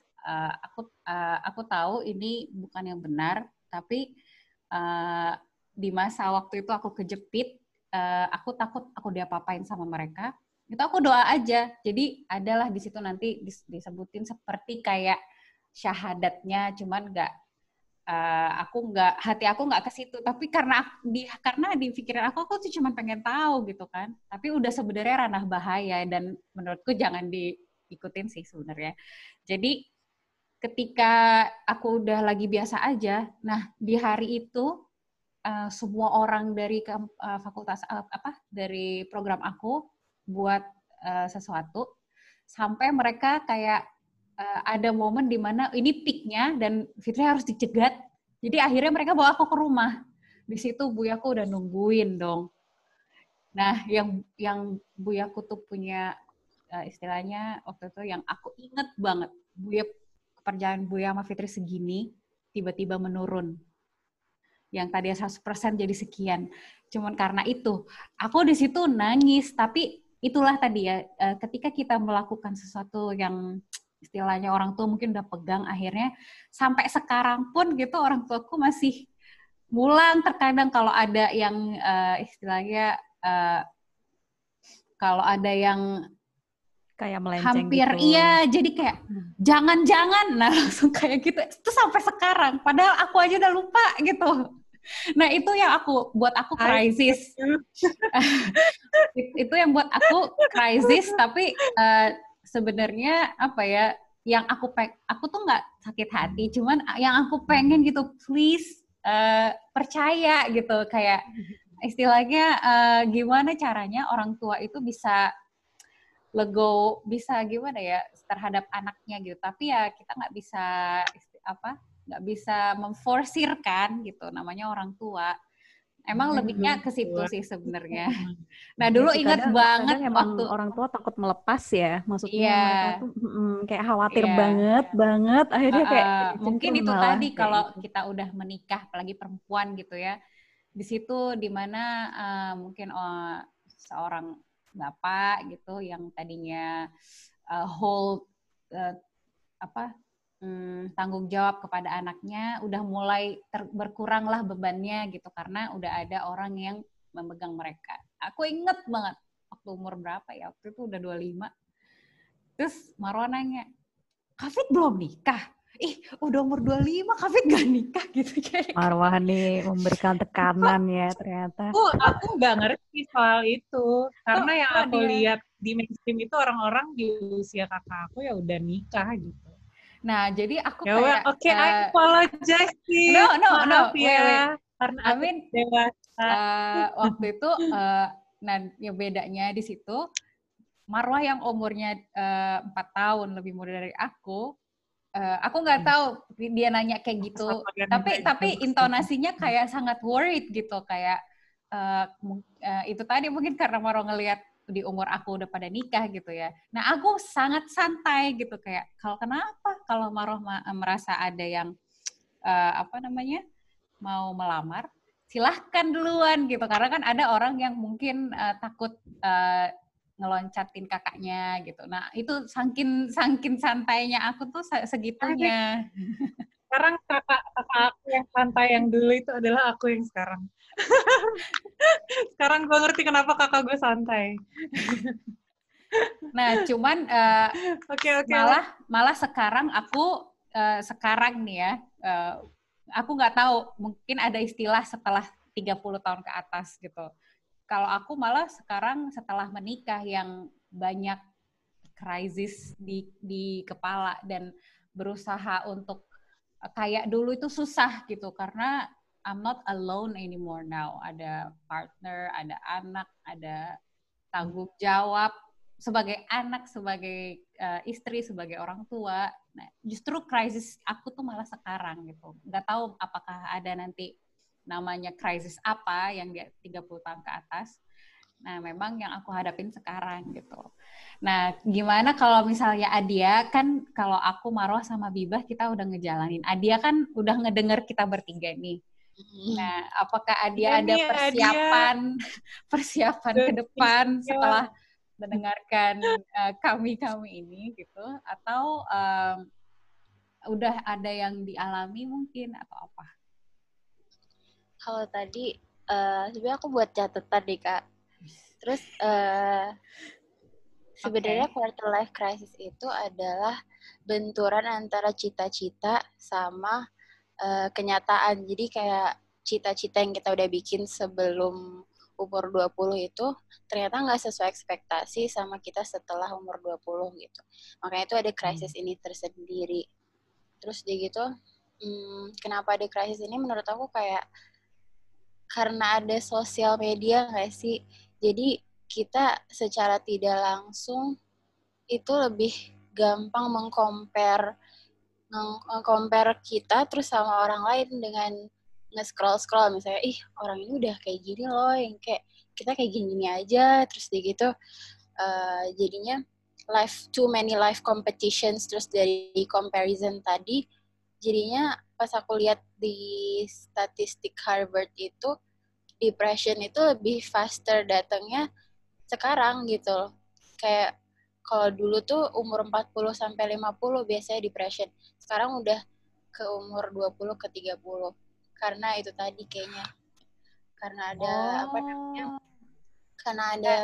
aku tahu ini bukan yang benar, tapi di masa waktu itu aku kejepit, aku takut aku diapa-apain sama mereka. Itu aku doa aja. Jadi adalah di situ nanti disebutin seperti kayak syahadatnya, cuman hati aku nggak ke situ. Tapi karena di pikiran aku tuh cuma pengen tahu gitu kan. Tapi udah sebenarnya ranah bahaya, dan menurutku jangan diikutin sih sebenarnya. Jadi ketika aku udah lagi biasa aja, nah di hari itu semua orang dari fakultas dari program aku buat sesuatu, sampai mereka kayak ada momen di mana ini peak-nya dan Fitri harus dicegat. Jadi akhirnya mereka bawa aku ke rumah. Di situ buyaku udah nungguin dong. Nah, yang buyaku tuh punya istilahnya waktu itu yang aku inget banget, kepercayaan Buya sama Fitri segini tiba-tiba menurun. Yang tadi 100% jadi sekian. Cuman karena itu, aku di situ nangis. Tapi itulah tadi ya, ketika kita melakukan sesuatu yang istilahnya orang tua mungkin udah pegang, akhirnya sampai sekarang pun gitu orang tuaku masih mulang terkadang kalau ada yang istilahnya kalau ada yang kayak melenceng hampir gitu. Iya, jadi kayak jangan-jangan, nah langsung kayak gitu. Itu sampai sekarang, padahal aku aja udah lupa gitu. Nah itu yang buat aku krisis. Itu yang buat aku krisis. Tapi sebenarnya apa ya? Yang aku tuh nggak sakit hati, cuman yang aku pengen gitu, please percaya gitu, kayak istilahnya gimana caranya orang tua itu bisa lego, bisa gimana ya terhadap anaknya gitu. Tapi ya kita nggak bisa memforsir kan gitu, namanya orang tua. Emang lebihnya ke situ sih sebenarnya. Nah dulu ingat banget emang waktu orang tua takut melepas ya, maksudnya mereka tuh kayak khawatir banget. Akhirnya kayak mungkin itu tadi kalau kita udah menikah, apalagi perempuan gitu ya, di situ dimana mungkin seorang bapak gitu yang tadinya hold tanggung jawab kepada anaknya udah mulai berkurang lah bebannya gitu, karena udah ada orang yang memegang mereka. Aku inget banget waktu umur berapa ya, waktu itu udah 25. Terus Marwa nanya, Kak Fit belum nikah? udah umur 25 Kak Fit gak nikah gitu. Marwah nih memberikan tekanan ya ternyata. Aku nggak ngerti soal itu. Karena yang aku dia lihat di mainstream itu orang-orang di usia kakak aku ya udah nikah gitu. Nah, jadi aku Ya kayak... oke, I apologize sih. No, Maaf ya. wait. Karena I aku mean, dewasa. waktu itu, nah yang bedanya di situ, Marwah yang umurnya 4 tahun lebih muda dari aku nggak tahu dia nanya kayak gitu, tapi intonasinya kayak sangat worried gitu, kayak itu tadi mungkin karena Marwah ngelihat di umur aku udah pada nikah gitu ya. Nah aku sangat santai gitu, kayak kenapa kalau Marwah merasa ada yang mau melamar, silahkan duluan gitu, karena kan ada orang yang mungkin takut ngeloncatin kakaknya gitu. Nah itu saking santainya aku tuh segitunya. Sekarang kakak aku yang santai yang dulu itu adalah aku yang sekarang. Sekarang gue ngerti kenapa kakak gue santai. Nah cuman malah sekarang aku sekarang nih ya, aku nggak tahu, mungkin ada istilah setelah 30 tahun ke atas gitu. Kalau aku malah sekarang setelah menikah yang banyak krisis di kepala dan berusaha untuk kayak dulu itu susah gitu, karena I'm not alone anymore now. Ada partner, ada anak, ada tanggung jawab sebagai anak, sebagai istri, sebagai orang tua. Nah, justru krisis aku tuh malah sekarang gitu. Nggak tahu apakah ada nanti namanya krisis apa yang dia 30 tahun ke atas. Nah, memang yang aku hadapin sekarang gitu. Nah, gimana kalau misalnya Adia, kan kalau aku, Marwah, sama Bibah kita udah ngejalanin. Adia kan udah ngedenger kita bertiga nih. Nah, apakah Adia ada persiapan ke depan setelah mendengarkan kami ini gitu, atau udah ada yang dialami mungkin atau apa? Kalau tadi sebenarnya aku buat catatan deh Kak. Terus sebenarnya quarter life crisis itu adalah benturan antara cita-cita sama kenyataan. Jadi kayak cita-cita yang kita udah bikin sebelum umur 20 itu ternyata nggak sesuai ekspektasi sama kita setelah umur 20 gitu. Makanya itu ada krisis ini tersendiri. Terus dia gitu, kenapa ada krisis ini menurut aku kayak karena ada sosial media nggak sih? Jadi kita secara tidak langsung itu lebih gampang meng-compare kita terus sama orang lain dengan nge-scroll misalnya, orang ini udah kayak gini loh, yang kayak kita kayak gini aja, terus dia gitu jadinya too many life competitions, terus dari comparison tadi jadinya pas aku lihat di statistik Harvard itu depression itu lebih faster datangnya sekarang gitu. Kayak kalau dulu tuh umur 40 sampai 50 biasanya depression. Sekarang udah ke umur 20 ke 30. Karena itu tadi kayaknya. Karena ada Karena ada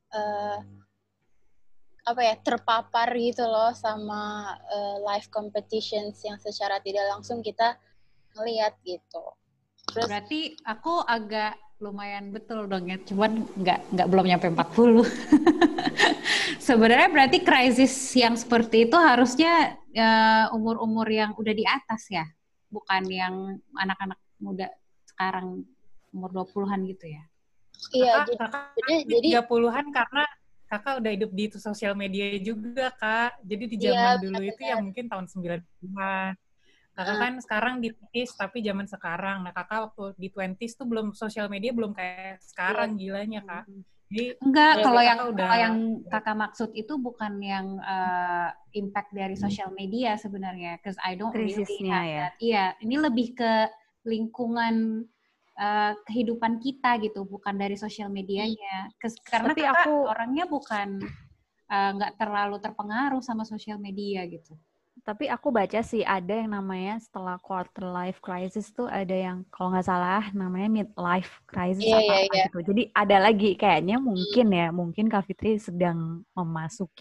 terpapar gitu loh sama life competitions yang secara tidak langsung kita ngelihat gitu. Terus, berarti aku agak lumayan betul dong ya, cuman nggak belum nyampe 40. Sebenarnya berarti krisis yang seperti itu harusnya umur-umur yang udah di atas ya, bukan yang anak-anak muda sekarang umur 20-an gitu ya. Iya, jadi 30-an karena kakak udah hidup di sosial media juga, Kak. Jadi di zaman dulu itu ya mungkin tahun 90-an. Kakak kan sekarang di 20s, tapi zaman sekarang. Nah, kakak waktu di 20s tuh belum, sosial media belum kayak sekarang, gilanya, Kak. Jadi, enggak, kalau yang kakak maksud itu bukan yang impact dari sosial media sebenarnya. Because I don't really have that. Iya, ini lebih ke lingkungan kehidupan kita gitu, bukan dari sosial medianya. Karena tapi kakak orangnya bukan nggak terlalu terpengaruh sama sosial media gitu. Tapi aku baca sih ada yang namanya setelah quarter life crisis tuh ada yang kalau nggak salah namanya midlife crisis gitu. Jadi ada lagi kayaknya mungkin Kak Fitri sedang memasuki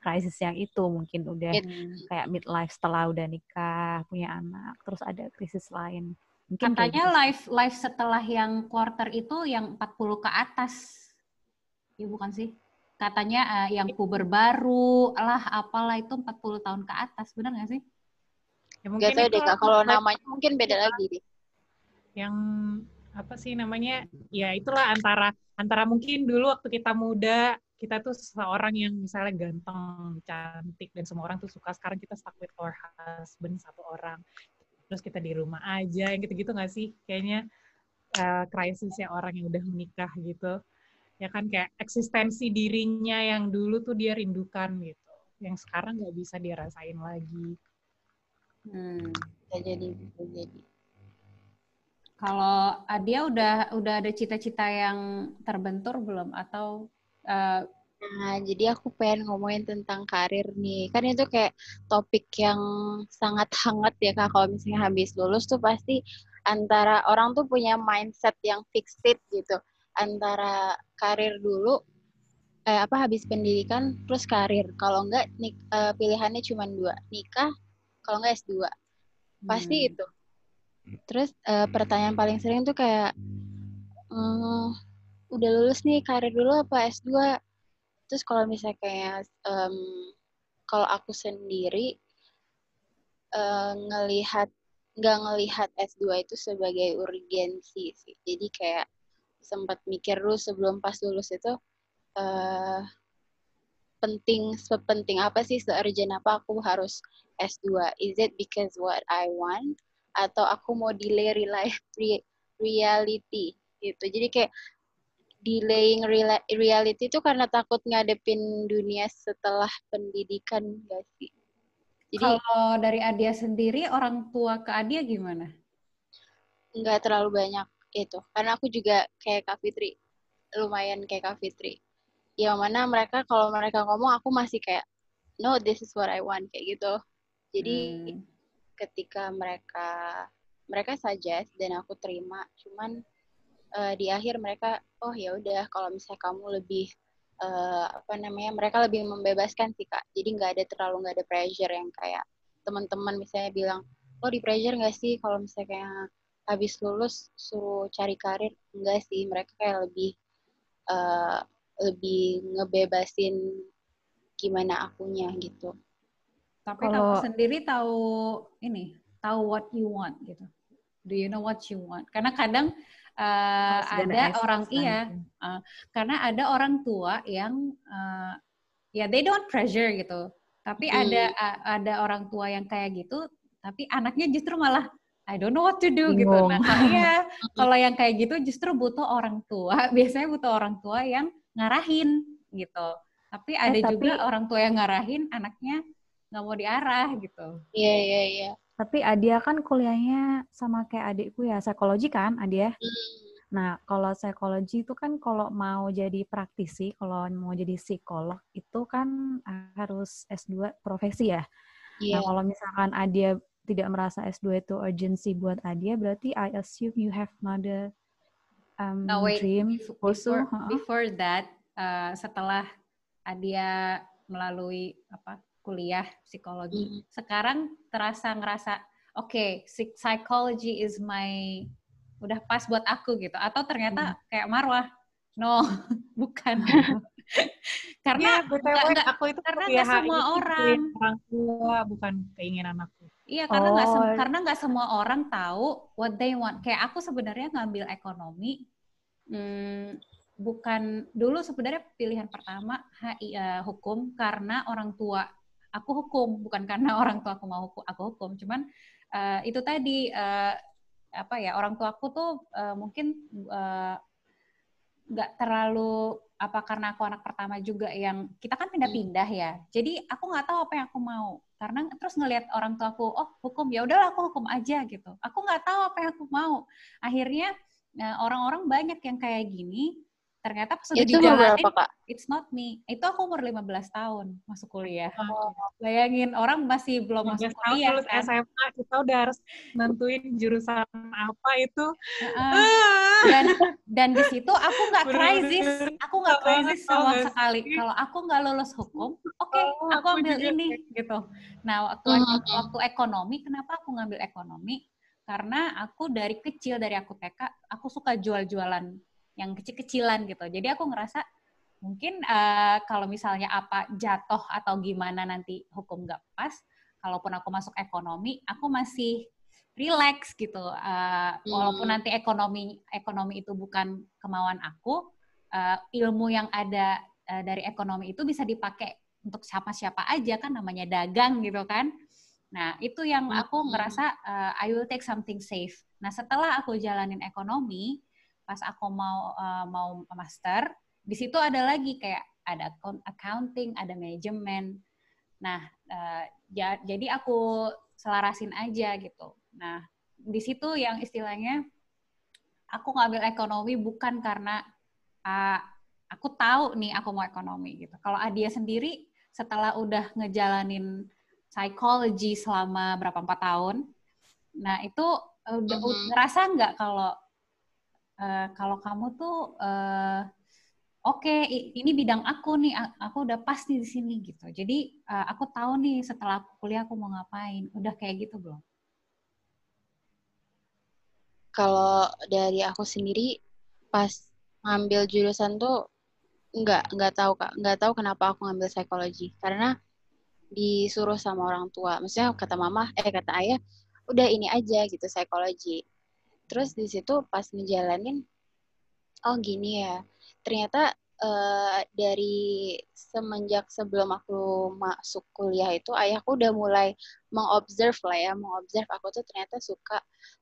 krisis yang itu, mungkin udah Hmm. kayak midlife setelah udah nikah, punya anak, terus ada krisis lain. Mungkin kayak Katanya gitu. life setelah yang quarter itu yang 40 ke atas. Ya bukan sih? Katanya yang puber baru lah apalah itu 40 tahun ke atas. Benar nggak sih? Ya Gak mungkin tau itu deh Kak, kalau life namanya mungkin beda lagi deh. yang apa sih namanya, ya itulah antara mungkin dulu waktu kita muda kita tuh seseorang yang misalnya ganteng, cantik dan semua orang tuh suka, sekarang kita stuck with our husband satu orang, terus kita di rumah aja, yang gitu-gitu nggak sih kayaknya krisisnya orang yang udah menikah gitu ya kan, kayak eksistensi dirinya yang dulu tuh dia rindukan gitu, yang sekarang nggak bisa dia rasain lagi. Bisa jadi, bisa jadi. Kalau Adia udah ada cita-cita yang terbentur belum atau Nah, jadi aku pengen ngomongin tentang karir nih. Kan itu kayak topik yang sangat hangat ya Kak. Kalau misalnya habis lulus tuh pasti antara orang tuh punya mindset yang fixed gitu. Antara karir dulu, habis pendidikan terus karir. Kalau enggak, pilihannya cuma dua. Nikah, kalau enggak S2. Pasti itu. Terus pertanyaan paling sering tuh kayak, udah lulus nih, karir dulu apa S2? Terus kalau misalnya kayak kalau aku sendiri nggak ngelihat S2 itu sebagai urgensi sih. Jadi kayak sempat mikir dulu sebelum pas lulus itu sepenting apa sih, se-urgent apa aku harus S2? Is it because what I want atau aku mau delay reality gitu. Jadi kayak delaying reality itu karena takut ngadepin dunia setelah pendidikan gak sih? Jadi kalau dari Adia sendiri orang tua ke Adia gimana? nggak terlalu banyak itu. Karena aku juga kayak Kak Fitri, lumayan kayak Kak Fitri. Yang mana mereka kalau mereka ngomong aku masih kayak no, this is what I want kayak gitu. Jadi ketika mereka suggest dan aku terima, cuman di akhir mereka ya udah kalau misalnya kamu lebih mereka lebih membebaskan sih Kak. Jadi nggak ada pressure yang kayak teman-teman misalnya bilang, di pressure nggak sih kalau misalnya kayak habis lulus suruh cari karir? Enggak sih, mereka kayak lebih ngebebasin gimana akunya gitu. Tapi kamu sendiri tahu what you want gitu. Do you know what you want? Karena kadang ada orang karena ada orang tua yang they don't pressure gitu. Tapi ada orang tua yang kayak gitu, tapi anaknya justru malah I don't know what to do gitu. Nah, kalau yang kayak gitu justru butuh orang tua. Biasanya butuh orang tua yang ngarahin gitu. Tapi ada juga orang tua yang ngarahin, anaknya nggak mau diarah gitu. Iya. Tapi Adia kan kuliahnya sama kayak adikku ya, psikologi kan Adia? Nah, kalau psikologi itu kan kalau mau jadi praktisi, kalau mau jadi psikolog itu kan harus S2 profesi ya. Yeah. Nah, kalau misalkan Adia tidak merasa S2 itu urgency buat Adia, berarti I assume you have another dream. Before that, setelah Adia melalui kuliah psikologi, sekarang ngerasa okay, psychology is udah pas buat aku gitu, atau ternyata kayak Marwah, no, bukan. Karena nggak semua orang tua, bukan keinginan aku. Iya, karena nggak semua orang tahu what they want. Kayak aku sebenarnya ngambil ekonomi, bukan dulu sebenarnya pilihan pertama hukum karena orang tua aku hukum, bukan karena orang tua aku mau aku hukum. Cuman itu tadi orang tua aku tuh mungkin nggak terlalu karena aku anak pertama juga yang kita kan pindah-pindah ya. Jadi aku nggak tahu apa yang aku mau. Karena terus ngelihat orang tua aku, hukum, ya udahlah aku hukum aja gitu. Aku nggak tahu apa yang aku mau. Akhirnya orang-orang banyak yang kayak gini ternyata pas udah Itu umur berapa, dijalanin, Kak? it's not me. Itu aku umur 15 tahun masuk kuliah. Oh, Bayangin, orang masih belum 15 masuk tahun kuliah lulus kan. SMA, kita udah harus nentuin jurusan apa itu. Dan di situ aku nggak krisis, sama sekali. Kalau aku nggak lulus hukum, oke, aku ambil ini gitu. Nah, waktu ekonomi, kenapa aku ngambil ekonomi? Karena aku dari kecil, dari aku TK, aku suka jual-jualan yang kecil-kecilan gitu. Jadi aku ngerasa mungkin kalau misalnya apa jatuh atau gimana nanti hukum nggak pas, kalaupun aku masuk ekonomi, aku masih relax gitu. Walaupun nanti ekonomi itu bukan kemauan aku, ilmu yang ada dari ekonomi itu bisa dipakai untuk siapa-siapa aja kan, namanya dagang gitu kan. Nah, itu yang aku ngerasa I will take something safe. Nah, setelah aku jalanin ekonomi, pas aku mau master, di situ ada lagi kayak ada accounting, ada manajemen. Nah, jadi aku selarasin aja gitu. Nah, di situ yang istilahnya aku ngambil ekonomi bukan karena aku tahu nih aku mau ekonomi gitu. Kalau Adia sendiri setelah udah ngejalanin psychology selama 4 tahun, nah itu udah ngerasa nggak kalau kamu tuh oke, ini bidang aku nih, aku udah pas nih di sini gitu. Jadi aku tahu nih setelah aku kuliah aku mau ngapain. Udah kayak gitu belum? Kalau dari aku sendiri pas ngambil jurusan tuh nggak tahu, Kak. Nggak tahu kenapa aku ngambil psikologi. Karena disuruh sama orang tua. Maksudnya kata mama, kata ayah, udah ini aja gitu psikologi. Terus di situ pas ngejalanin, oh gini ya. Ternyata dari semenjak sebelum aku masuk kuliah itu, ayahku udah mulai mengobserve aku tuh ternyata suka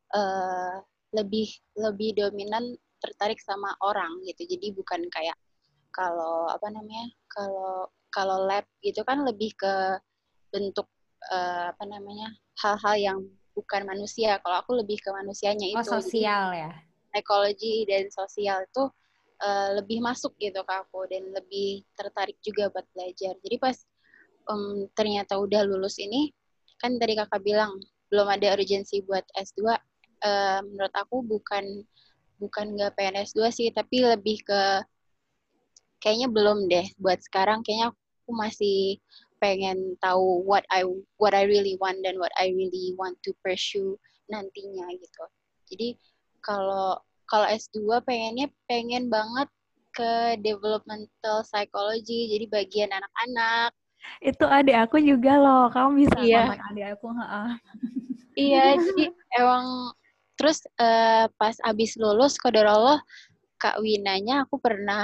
lebih dominan tertarik sama orang gitu. Jadi bukan kayak kalau kalau lab gitu kan lebih ke bentuk hal-hal yang bukan manusia. Kalau aku lebih ke manusianya itu. Sosial jadi, ya. Psikologi dan sosial itu lebih masuk gitu ke aku dan lebih tertarik juga buat belajar. Jadi pas ternyata udah lulus ini, kan tadi kakak bilang belum ada urgensi buat S2. Menurut aku bukan nggak pengen S2 sih, tapi lebih ke kayaknya belum deh buat sekarang. Kayaknya aku masih pengen tahu what I really want dan what I really want to pursue nantinya gitu. Jadi kalau S2 pengen banget ke developmental psychology, jadi bagian anak-anak. Itu adik aku juga loh, kamu bisa kontak adik aku. Iya, jadi emang terus pas abis lulus qadarullah Kak Winanya aku pernah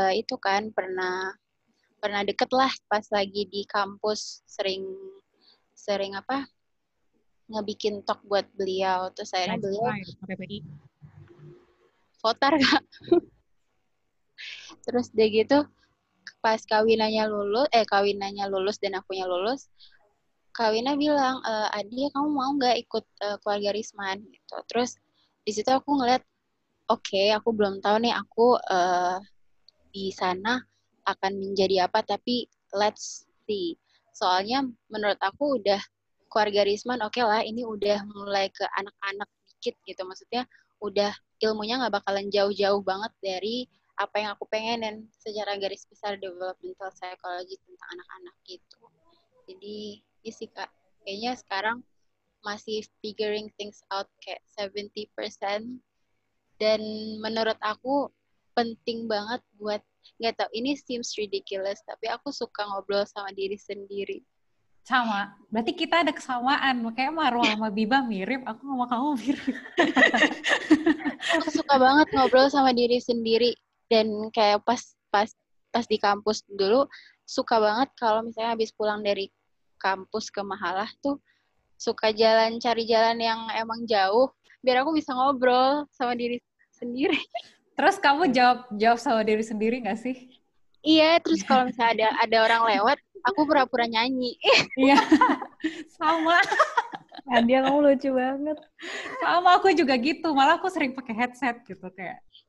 pernah deket lah pas lagi di kampus sering ngebikin talk buat beliau. Terus akhirnya beliau votar, Kak. Terus dia gitu pas kawinannya lulus dan akunya lulus, Kawina bilang, Adia kamu mau nggak ikut keluarga Risman gitu. Terus di situ aku ngeliat, oke, aku belum tahu nih aku di sana akan menjadi apa, tapi let's see. Soalnya menurut aku udah keluarga Risman oke lah, ini udah mulai ke anak-anak dikit gitu. Maksudnya udah ilmunya nggak bakalan jauh-jauh banget dari apa yang aku pengenin secara garis besar developmental psychology tentang anak-anak gitu. Jadi ini sih Kak, kayaknya sekarang masih figuring things out kayak 70%. Dan menurut aku penting banget buat, nggak tahu ini seems ridiculous, tapi aku suka ngobrol sama diri sendiri. Sama, berarti kita ada kesamaan. Makanya Marwa sama Biba mirip, aku sama kamu mirip. Aku suka banget ngobrol sama diri sendiri. Dan kayak pas di kampus dulu, suka banget kalau misalnya habis pulang dari kampus ke Mahalah tuh, suka cari jalan yang emang jauh, biar aku bisa ngobrol sama diri sendiri. Terus kamu jawab sama diri sendiri nggak sih? Iya, terus kalau misalnya ada orang lewat, aku pura-pura nyanyi. Iya, sama. Dia kamu lucu banget. Sama aku juga gitu, malah aku sering pakai headset gitu kayak.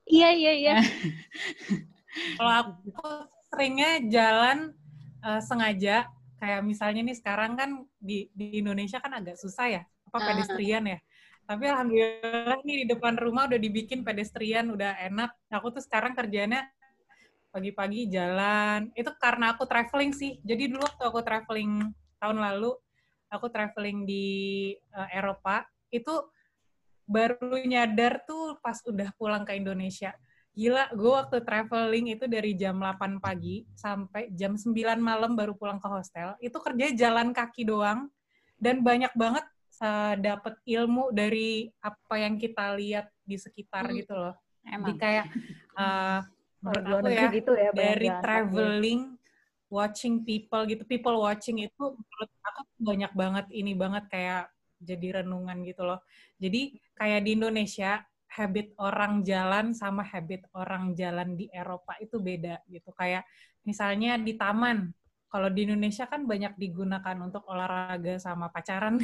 Iya. Kalau aku seringnya jalan sengaja, kayak misalnya nih sekarang kan di Indonesia kan agak susah ya, pedestrian ya. Tapi alhamdulillah nih di depan rumah udah dibikin pedestrian, udah enak. Aku tuh sekarang kerjanya pagi-pagi jalan. Itu karena aku traveling sih. Jadi dulu waktu aku traveling tahun lalu, aku traveling di Eropa, itu baru nyadar tuh pas udah pulang ke Indonesia. Gila, gue waktu traveling itu dari jam 8 pagi sampai jam 9 malam baru pulang ke hostel. Itu kerja jalan kaki doang. Dan banyak banget dapet ilmu dari apa yang kita lihat di sekitar gitu loh. Jadi kayak menurut aku ya, gitu ya dari traveling, watching people gitu, people watching itu menurut aku banyak banget ini banget kayak jadi renungan gitu loh. Jadi kayak di Indonesia, habit orang jalan sama habit orang jalan di Eropa itu beda gitu. Kayak misalnya di taman, kalau di Indonesia kan banyak digunakan untuk olahraga sama pacaran.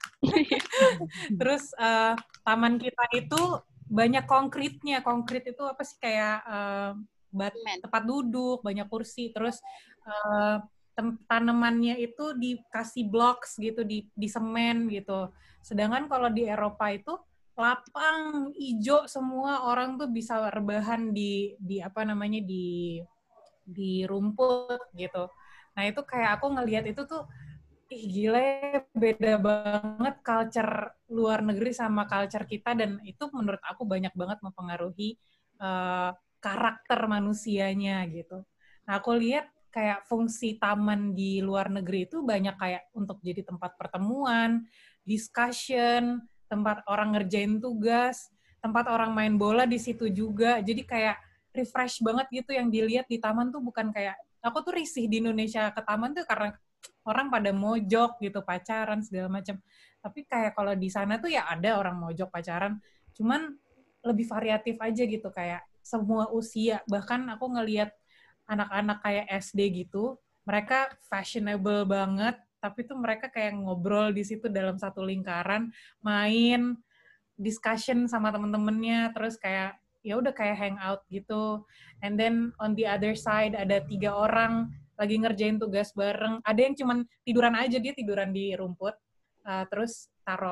Terus taman kita itu banyak konkritnya. Konkrit itu apa sih, kayak tempat duduk, banyak kursi. Terus tanamannya itu dikasih blocks gitu, di semen gitu. Sedangkan kalau di Eropa itu lapang, hijau semua, orang tuh bisa rebahan di apa namanya di rumput gitu. Nah itu kayak aku ngelihat itu tuh, ih gila ya, beda banget culture luar negeri sama culture kita, dan itu menurut aku banyak banget mempengaruhi karakter manusianya gitu. Nah aku lihat kayak fungsi taman di luar negeri itu banyak kayak untuk jadi tempat pertemuan, discussion, tempat orang ngerjain tugas, tempat orang main bola di situ juga. Jadi kayak refresh banget gitu yang dilihat di taman tuh, bukan kayak aku tuh risih di Indonesia ke taman tuh karena orang pada mojok gitu, pacaran segala macam. Tapi kayak kalau di sana tuh ya ada orang mojok pacaran, cuman lebih variatif aja gitu, kayak semua usia. Bahkan aku ngelihat anak-anak kayak SD gitu, mereka fashionable banget, tapi tuh mereka kayak ngobrol di situ dalam satu lingkaran, main, discussion sama temen-temennya, terus kayak ya udah kayak hangout gitu. And then on the other side ada 3 orang lagi ngerjain tugas bareng. Ada yang cuman tiduran aja, dia tiduran di rumput, terus taro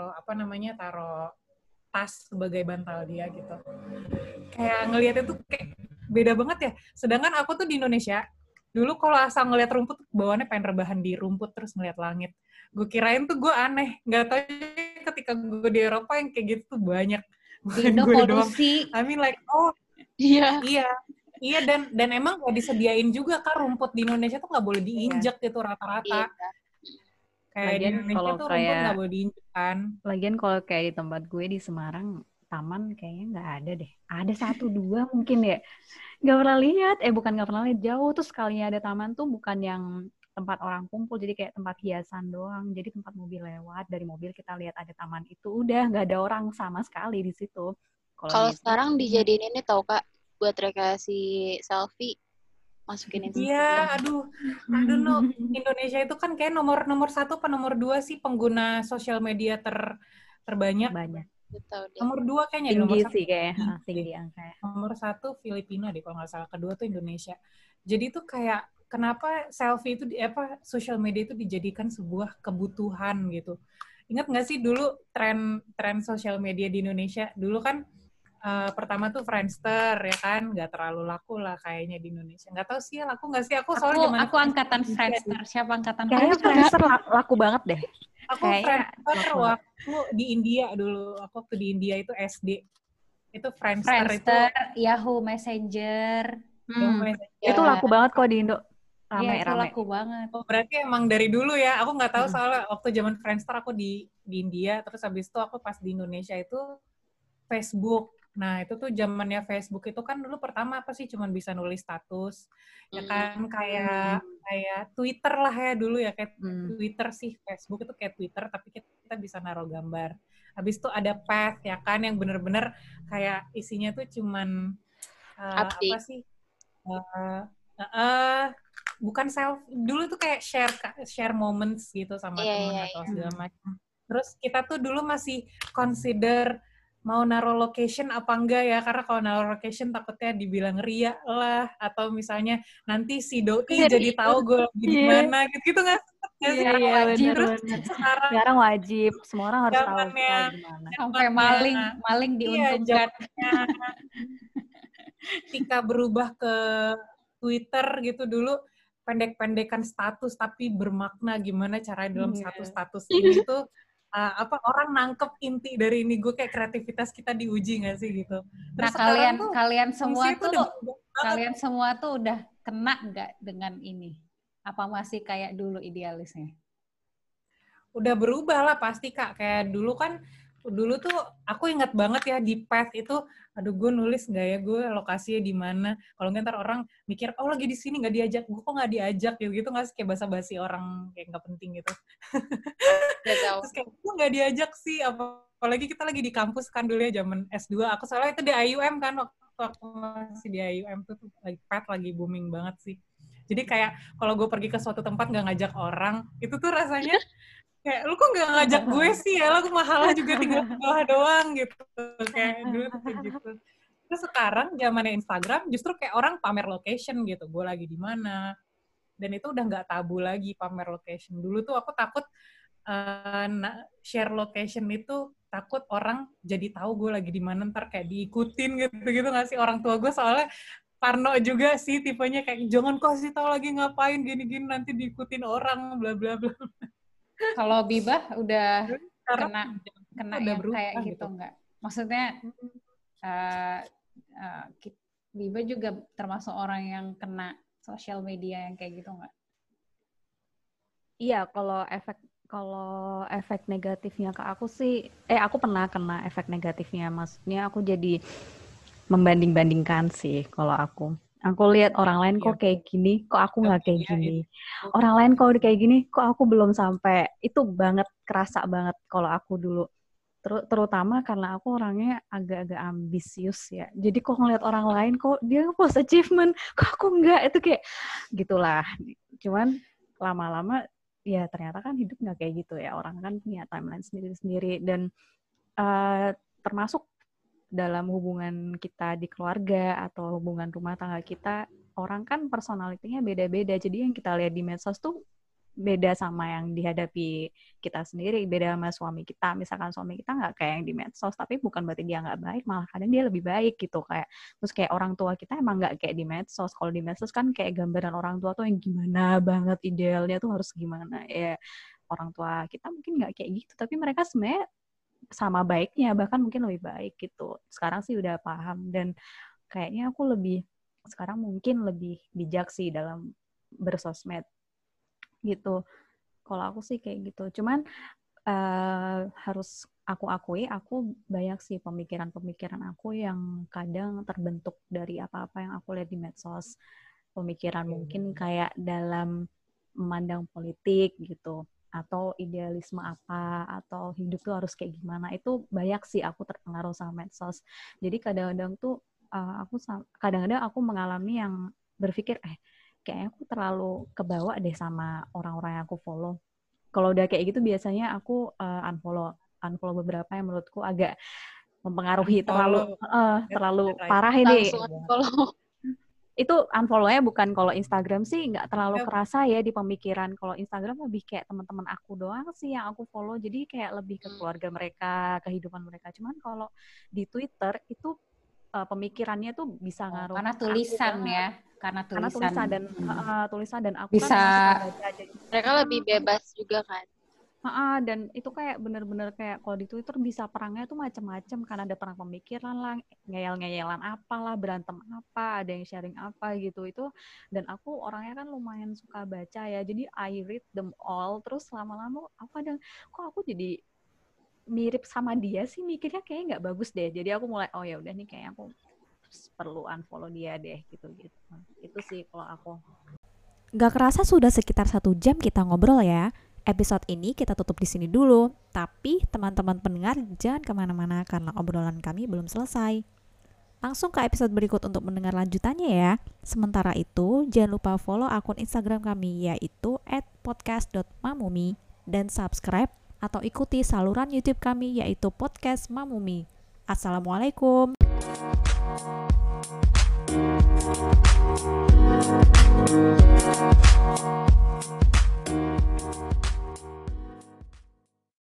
tas sebagai bantal dia gitu. Kayak ngelihat itu kayak beda banget ya. Sedangkan aku tuh di Indonesia, dulu kalau asal ngelihat rumput, bawaannya pengen rebahan di rumput terus ngelihat langit. Gue kirain tuh gue aneh. Nggak tahu ketika gue di Eropa yang kayak gitu tuh banyak. Di Indo polusi. I mean like, oh Iya. Iya, dan emang gak disediain juga kan rumput di Indonesia tuh nggak boleh diinjak gitu rata-rata. Kayak di Indonesia tuh rumput nggak boleh diinjak kan. Lagian kalau kayak di tempat gue di Semarang, taman kayaknya nggak ada deh. Ada 1-2 mungkin ya. Nggak pernah lihat. Bukan nggak pernah lihat, jauh. Terus sekalinya ada taman tuh bukan yang tempat orang kumpul, jadi kayak tempat hiasan doang. Jadi tempat mobil lewat, dari mobil kita lihat ada taman itu, udah nggak ada orang sama sekali di situ. Kalau sekarang dijadiin ini tau Kak, buat rekreasi selfie, masukin Instagram. Iya, aduh no. Indonesia itu kan kayak nomor 1 atau nomor 2 sih pengguna sosial media terbanyak. Banyak. Nomor 2 kayaknya. Tinggi nomor 1 sih kayaknya, tinggi angkanya. Nomor 1 Filipina deh kalau nggak salah, kedua tuh Indonesia. Jadi tuh kayak kenapa selfie itu sosial media itu dijadikan sebuah kebutuhan gitu. Ingat nggak sih dulu tren sosial media di Indonesia dulu kan pertama tuh Friendster ya kan, nggak terlalu laku lah kayaknya di Indonesia. Nggak tahu sih laku nggak sih, aku angkatan Friendster. Siapa angkatan Friendster? Kayaknya Friendster laku banget deh. Aku Friendster waktu di India dulu. Aku waktu di India itu SD. Itu Friendster itu Yahoo Messenger. Itu laku banget kok di Indo. Iya, itu laku banget. Oh, berarti emang dari dulu ya. Aku nggak tahu soalnya waktu zaman Friendster aku di India, terus habis itu aku pas di Indonesia itu Facebook. Nah, itu tuh zamannya Facebook itu kan dulu pertama apa sih, cuman bisa nulis status. Ya kan kayak Twitter lah ya dulu ya, kayak Twitter sih. Facebook itu kayak Twitter tapi kita bisa naruh gambar. Habis itu ada Path ya kan, yang bener-bener kayak isinya tuh cuman apa sih? Bukan dulu tuh kayak share moments gitu sama teman atau segala macam. Terus kita tuh dulu masih consider mau naruh location apa enggak ya, karena kalau naruh location takutnya dibilang ria lah, atau misalnya nanti si doi jadi tahu gue lagi di mana gitu nggak sih? Iya, wajib. Terus benar. sekarang Sekarang wajib, semua orang harus tahu kita zamannya di mana. Sampai maling iya, diuntungkan. zamannya ketika berubah ke Twitter gitu dulu, pendek-pendekan status tapi bermakna, gimana caranya dalam satu status ini tuh orang nangkep inti dari ini. Gue kayak kreativitas kita diuji nggak sih gitu. Terus Nah, tuh, kalian semua tuh udah kena nggak dengan ini? Apa masih kayak dulu idealisnya? Udah berubah lah pasti Kak. Kayak dulu tuh aku ingat banget ya di Path itu, aduh gue nulis nggak ya, gue lokasinya di mana, kalau nggak ntar orang mikir oh lagi di sini nggak diajak, gue kok nggak diajak gitu nggak sih, kayak basa-basi orang kayak nggak penting gitu. Terus kayak gue nggak diajak sih, apalagi kita lagi di kampus kan dulu ya zaman S2, aku soalnya itu di IUM kan, waktu aku masih di IUM tuh lagi Path lagi booming banget sih. Jadi kayak kalau gue pergi ke suatu tempat nggak ngajak orang, itu tuh rasanya kayak lu kok nggak ngajak gue sih ya, lu mahalah juga tinggal di bawah doang gitu, kayak dulu tuh kayak gitu. Terus sekarang zamannya Instagram justru kayak orang pamer location gitu, gue lagi di mana, dan itu udah nggak tabu lagi pamer location. Dulu tuh aku takut share location itu, takut orang jadi tahu gue lagi di mana, ntar kayak diikutin gitu nggak sih. Orang tua gue soalnya parno juga sih, tipenya kayak jangan kasih tahu lagi ngapain gini-gini nanti diikutin orang bla bla bla. Kalau Bibah udah kena udah yang kayak gitu nggak? Maksudnya Bibah juga termasuk orang yang kena sosial media yang kayak gitu nggak? Iya, kalau efek negatifnya ke aku sih, aku pernah kena efek negatifnya. Maksudnya aku jadi membanding-bandingkan sih kalau aku. Aku lihat orang lain kok kayak gini, kok aku nggak kayak gini. Orang lain kok udah kayak gini, kok aku belum sampai. Itu banget, kerasa banget kalau aku dulu. Terutama karena aku orangnya agak-agak ambisius ya. Jadi kok ngeliat orang lain, kok dia post achievement, kok aku nggak. Itu kayak gitulah. Cuman lama-lama, ya ternyata kan hidup nggak kayak gitu ya. Orang kan punya timeline sendiri-sendiri. Dan termasuk dalam hubungan kita di keluarga atau hubungan rumah tangga kita, orang kan personalitinya beda-beda. Jadi yang kita lihat di medsos tuh beda sama yang dihadapi kita sendiri, beda sama suami kita. Misalkan suami kita nggak kayak yang di medsos, tapi bukan berarti dia nggak baik, malah kadang dia lebih baik gitu. Terus kayak orang tua kita emang nggak kayak di medsos. Kalau di medsos kan kayak gambaran orang tua tuh yang gimana banget, idealnya tuh harus gimana. Ya orang tua kita mungkin nggak kayak gitu, tapi mereka sebenarnya sama baiknya, bahkan mungkin lebih baik gitu. Sekarang sih udah paham, dan kayaknya aku sekarang mungkin lebih bijak sih dalam bersosmed gitu. Kalau aku sih kayak gitu. Cuman harus aku akui, aku banyak sih pemikiran aku yang kadang terbentuk dari apa-apa yang aku lihat di medsos. Pemikiran mungkin kayak dalam memandang politik gitu, atau idealisme apa, atau hidup tuh harus kayak gimana. Itu banyak sih aku terpengaruh sama medsos. Jadi kadang-kadang tuh kadang-kadang aku mengalami yang berpikir kayaknya aku terlalu kebawa deh sama orang-orang yang aku follow. Kalau udah kayak gitu biasanya aku unfollow beberapa yang menurutku agak mempengaruhi, terlalu parah ini. Langsung unfollow. Itu unfollow-nya bukan, kalau Instagram sih nggak terlalu kerasa ya di pemikiran. Kalau Instagram lebih kayak teman-teman aku doang sih yang aku follow, jadi kayak lebih ke keluarga mereka, kehidupan mereka. Cuman kalau di Twitter itu pemikirannya tuh bisa ngaruh. Karena tulisan ya, karena tulisan dan aku bisa, kan suka baca. Jadi mereka lebih bebas juga kan. Dan itu kayak bener-bener kayak kalau di Twitter bisa perangnya tuh macam-macam, karena ada perang pemikiran lah, ngeyel-ngeyelan apalah, berantem apa, ada yang sharing apa gitu. Itu, dan aku orangnya kan lumayan suka baca ya, jadi I read them all. Terus lama-lama kok aku jadi mirip sama dia sih, mikirnya kayaknya nggak bagus deh. Jadi aku mulai ya udah nih, kayaknya aku perlu unfollow dia deh gitu. Itu sih kalau aku. Gak kerasa sudah sekitar 1 jam kita ngobrol ya. Episode ini kita tutup di sini dulu, tapi teman-teman pendengar jangan kemana-mana karena obrolan kami belum selesai. Langsung ke episode berikut untuk mendengar lanjutannya ya. Sementara itu, jangan lupa follow akun Instagram kami yaitu @podcast.mamumi dan subscribe atau ikuti saluran YouTube kami yaitu Podcast Mamumi. Assalamualaikum.